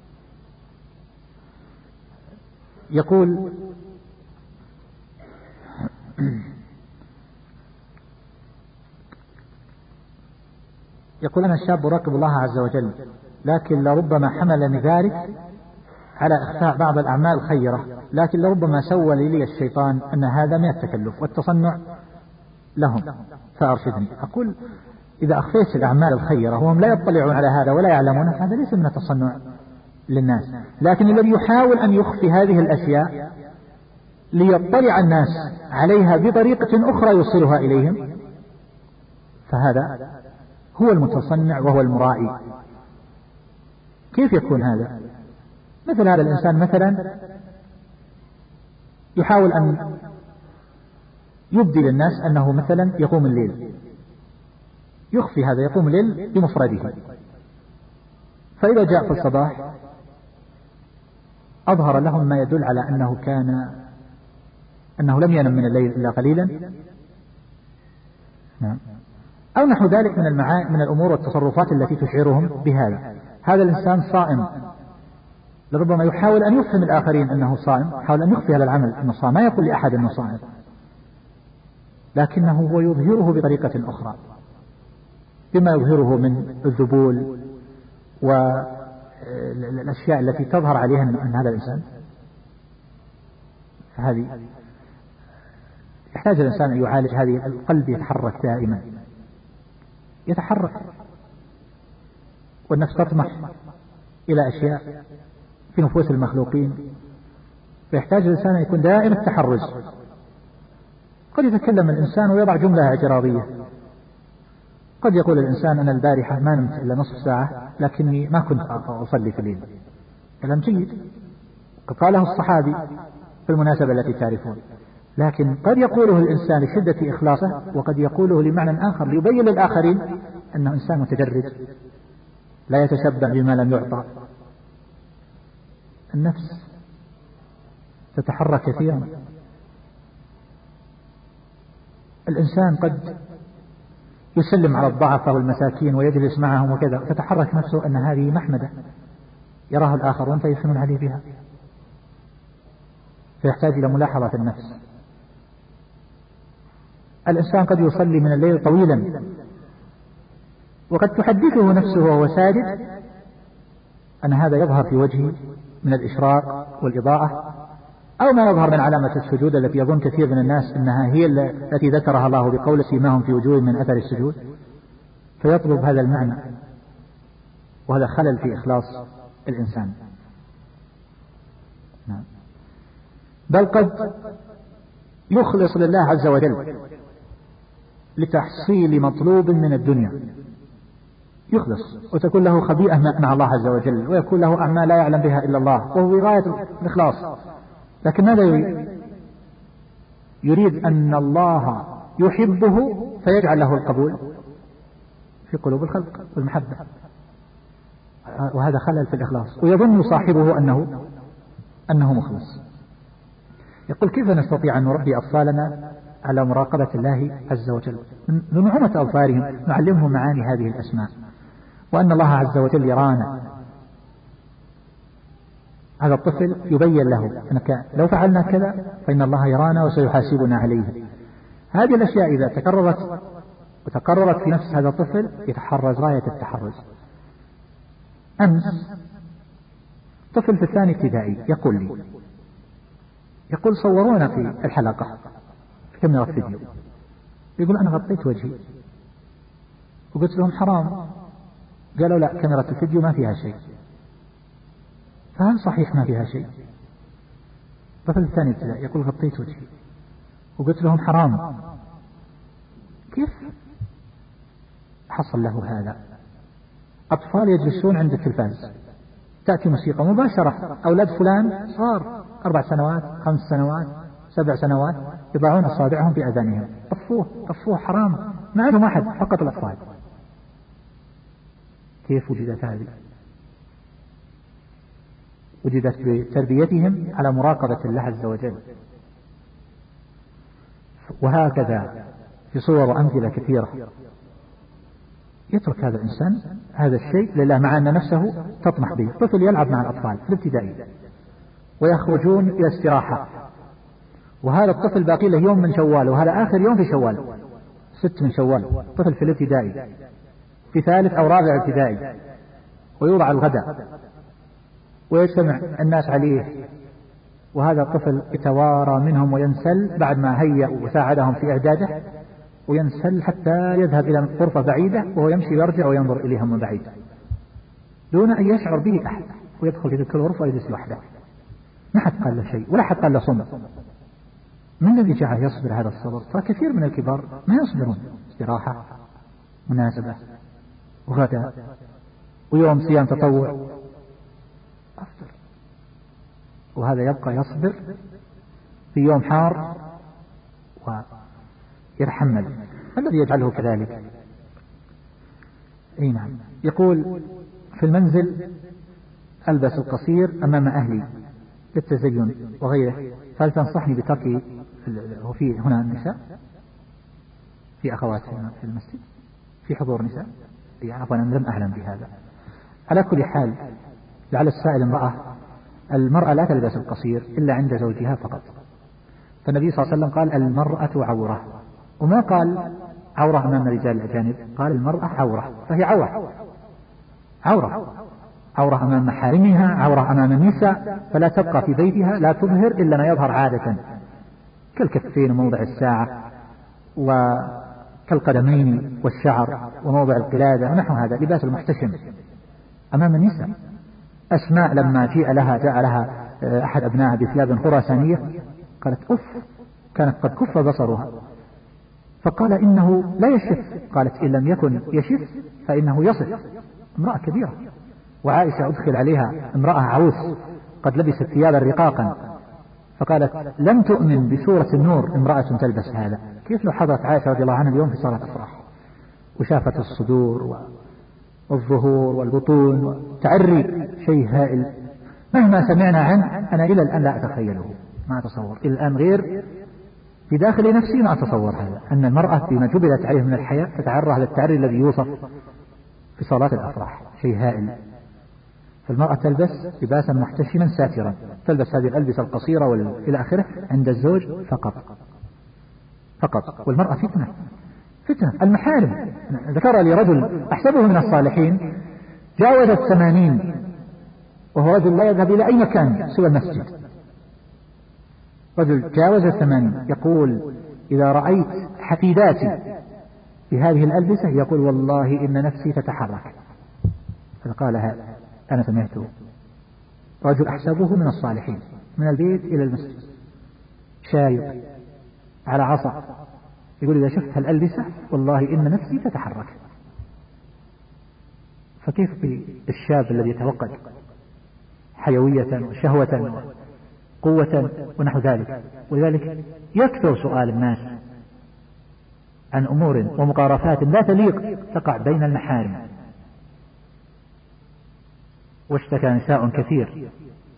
يقول أنا شاب أراقب الله عز وجل، لكن لربما حملني ذلك على إخفاء بعض الأعمال الخيرة، لكن لربما سول لي الشيطان أن هذا من التكلف والتصنع لهم، فأرشدني. أقول إذا أخفيت الأعمال الخيرة وهم لا يطلعون على هذا ولا يعلمون، هذا ليس من التصنع للناس، لكن الذي يحاول أن يخفي هذه الأشياء ليطلع الناس عليها بطريقة أخرى يوصلها إليهم، فهذا هو المتصنع وهو المرائي. كيف يكون هذا؟ مثل هذا الإنسان مثلا يحاول أن يبدي للناس أنه مثلا يقوم الليل، يخفي هذا، يقوم الليل بمفرده، فإذا جاء في الصباح أظهر لهم ما يدل على أنه لم ينم من الليل إلا قليلا، أو نحو ذلك من الأمور والتصرفات التي تشعرهم بهذا. هذا الإنسان صائم، لربما يحاول أن يفهم الآخرين أنه صائم، يحاول أن يخفي هذا العمل أنه صائم، ما يقول لأحد أنه صائم، لكنه هو يظهره بطريقة أخرى، بما يظهره من الذبول والأشياء التي تظهر عليها أن هذا الإنسان. فهذه يحتاج الإنسان أن يعالج هذه. القلب يتحرك دائما، يتحرك، والنفس تطمح إلى أشياء في نفوس المخلوقين، فيحتاج الإنسان أن يكون دائما التحرز. قد يتكلم الإنسان ويضع جملة اعتراضية، قد يقول الإنسان أنا البارحة ما نمت إلا نصف ساعة لكني ما كنت أصلي في الليل، كلام جيد، قد قاله الصحابي في المناسبة التي تعرفون، لكن قد يقوله الإنسان لشدة إخلاصه، وقد يقوله لمعنى آخر ليبين للآخرين أنه إنسان متجرد لا يتشبع بما لم يعطى. النفس تتحرك كثيرا. الإنسان قد يسلم على الضعفاء والمساكين ويجلس معهم وكذا، تتحرك نفسه أن هذه محمدة يراها الآخرون فيثنون عليه بها، فيحتاج إلى ملاحظة النفس. الإنسان قد يصلي من الليل طويلا، وقد تحدثه نفسه وهو ساجد أن هذا يظهر في وجهه من الإشراق والإضاءة، أو ما يظهر من علامة السجود التي يظن كثير من الناس أنها هي التي ذكرها الله بقول سيماهم في وجوههم من أثر السجود، فيطلب هذا المعنى، وهذا خلل في إخلاص الإنسان. بل قد يخلص لله عز وجل لتحصيل مطلوب من الدنيا، يخلص وتكون له خبيئة مع الله عز وجل، ويكون له أعمال لا يعلم بها إلا الله، وهو غاية الإخلاص. لكن ماذا يريد أن الله يحبه فيجعل له القبول في قلوب الخلق والمحبة، وهذا خلل في الإخلاص، ويظن صاحبه أنه مخلص. يقول كيف نستطيع أن نربي أطفالنا على مراقبة الله عز وجل؟ من نعومة أظفارهم نعلمهم معاني هذه الأسماء، وأن الله عز وجل يرانا. هذا الطفل يبين له أنك لو فعلنا كذا فإن الله يرانا وسيحاسبنا عليه. هذه الأشياء إذا تكررت في نفس هذا الطفل يتحرز غاية التحرز. أمس طفل في الثاني ابتدائي يقول صورونا في الحلقة في كاميرا فيديو، يقول أنا غطيت وجهي، وقلت لهم حرام، قالوا لا كاميرا الفيديو ما فيها شيء. فهل صحيح ما فيها شيء؟ طفل الثاني ابتدائي يقول غطيت وجهي وقلت لهم حرام. كيف حصل له هذا؟ أطفال يجلسون عند التلفاز، تأتي موسيقى مباشرة، أولاد فلان صار 4 سنوات 5 سنوات 7 سنوات يضعون أصابعهم في أذانهم، طفوه حرام، ما عندهم أحد، فقط الأطفال. كيف وجدت هذه؟ وجدت بتربيتهم على مراقبة الله عز وجل. وهكذا في صور وأمثلة كثيرة. يترك هذا الإنسان هذا الشيء لله، مع أن نفسه تطمح به. طفل يلعب مع الأطفال في الابتدائي ويخرجون إلى استراحة، وهذا الطفل باقي له يوم من شوال، وهذا آخر يوم في شوال، 6 من شوال، طفل في الابتدائي في 3 أو 4 ابتدائي، ويوضع الغداء ويجتمع الناس عليه، وهذا الطفل يتوارى منهم وينسل بعد ما هيأ وساعدهم في إعداده، وينسل حتى يذهب إلى غرفة بعيدة وهو يمشي ويرجع وينظر إليهم من بعيد دون أن يشعر به أحد، ويدخل في تلك الغرفة ويجلس لوحده، ما حد قال له شيء ولا حد قال له صم. من الذي جعل يصبر هذا الصبر؟ فكثير من الكبار ما يصبرون، استراحة، مناسبة، وغداء، ويوم صيام تطوع، أفضل. وهذا يبقى يصبر في يوم حار ويرحمل. الذي يجعله كذلك؟ اي نعم. يقول في المنزل ألبس القصير أمام أهلي للتزين وغيره، فهل تنصحني بترك؟ وفي هنا النساء، في أخوات في المسجد، في حضور نساء، عفوا أنا لم أعلم بهذا. على كل حال، لعل السائل امرأة. المرأة لا تلبس القصير إلا عند زوجها فقط، فالنبي صلى الله عليه وسلم قال المرأة عورة، وما قال عورة أمام الرجال الأجانب، قال المرأة عورة، فهي عورة أمام محارمها، عورة أمام النساء، فلا تبقى في بيتها لا تظهر إلا ما يظهر عادة، كالكفين وموضع الساعة وكالقدمين والشعر وموضع القلادة ونحو هذا، لباس المحتشم أمام النساء. أسماء لما جاء لها أحد أبنائها بثياب خراسانية قالت أف، كانت قد كف بصرها، فقال إنه لا يشف، قالت إن لم يكن يشف فإنه يصف. امرأة كبيرة. وعائشة أدخل عليها امرأة عروس قد لبست ثيابا رقاقا، فقالت لم تؤمن بسورة النور امرأة تلبس هذا. كيف لو حضرت عائشة رضي الله عنها اليوم في صلاة أفراح وشافت الصدور والظهور والبطون وتعري شيء هائل مهما سمعنا عنه، أنا إلى الآن لا أتخيله، ما أتصور إلى الآن غير في داخل نفسي ما أتصور هذا، أن المرأة بما جبلت عليه من الحياة تتعرى هذا التعري الذي يوصف في صلاة الأفراح، شيء هائل. فالمرأة تلبس لباسا محتشما ساترا، تلبس هذه الألبسة القصيرة إلى آخره عند الزوج فقط. والمرأة فتنة. المحارم، ذكر لي رجل أحسبه من الصالحين جاوز 80 وهو رجل لا يذهب إلى أي مكان سوى المسجد، رجل جاوز 80 يقول إذا رأيت حفيداتي بهذه الألبسة يقول والله إن نفسي تتحرك. فقال هذا أنا سمعته، رجل أحسبه من الصالحين، من البيت إلى المسجد شايب على عصا، يقول إذا شفت هالألبسة والله إن نفسي تتحرك. فكيف بالشاب الذي يتوقد حيوية وشهوة وقوة ونحو ذلك؟ ولذلك يكثر سؤال الناس عن أمور ومقارفات لا تليق تقع بين المحارم. واشتكى نساء كثير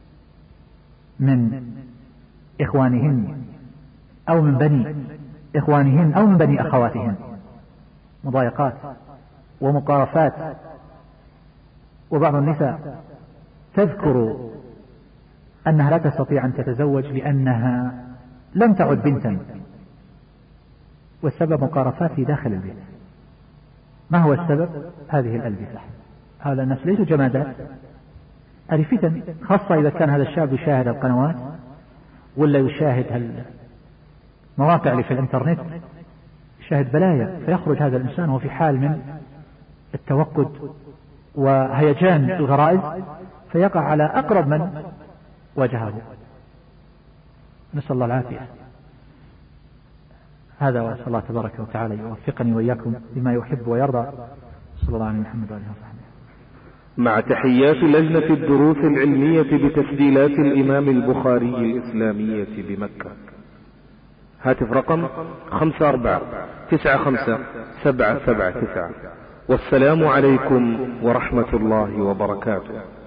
من إخوانهن أو من بني إخوانهن أو من بني أخواتهن، مضايقات ومقارفات. وبعض النساء تذكر أنها لا تستطيع أن تتزوج لأنها لم تعد بنتا، والسبب مقارفات في داخل البيت. ما هو السبب؟ هذه الألبسة. هذا الناس ليسوا جمادات، هذه فتن، خاصة إذا كان هذا الشاب يشاهد القنوات ولا يشاهد المواقع اللي في الانترنت، يشاهد بلايا، فيخرج هذا الإنسان وهو في حال من التوقد وهيجان الغرائز، فيقع على أقرب من وجهه. نسأل الله العافية. هذا وأسأل الله تبارك وتعالى يوفقني وإياكم بما يحب ويرضى. صلى الله عليه محمد وآله وصحبه. مع تحيات لجنة الدروس العلمية بتسجيلات الإمام البخاري الإسلامية بمكة. هاتف رقم 54957779 والسلام عليكم ورحمة الله وبركاته.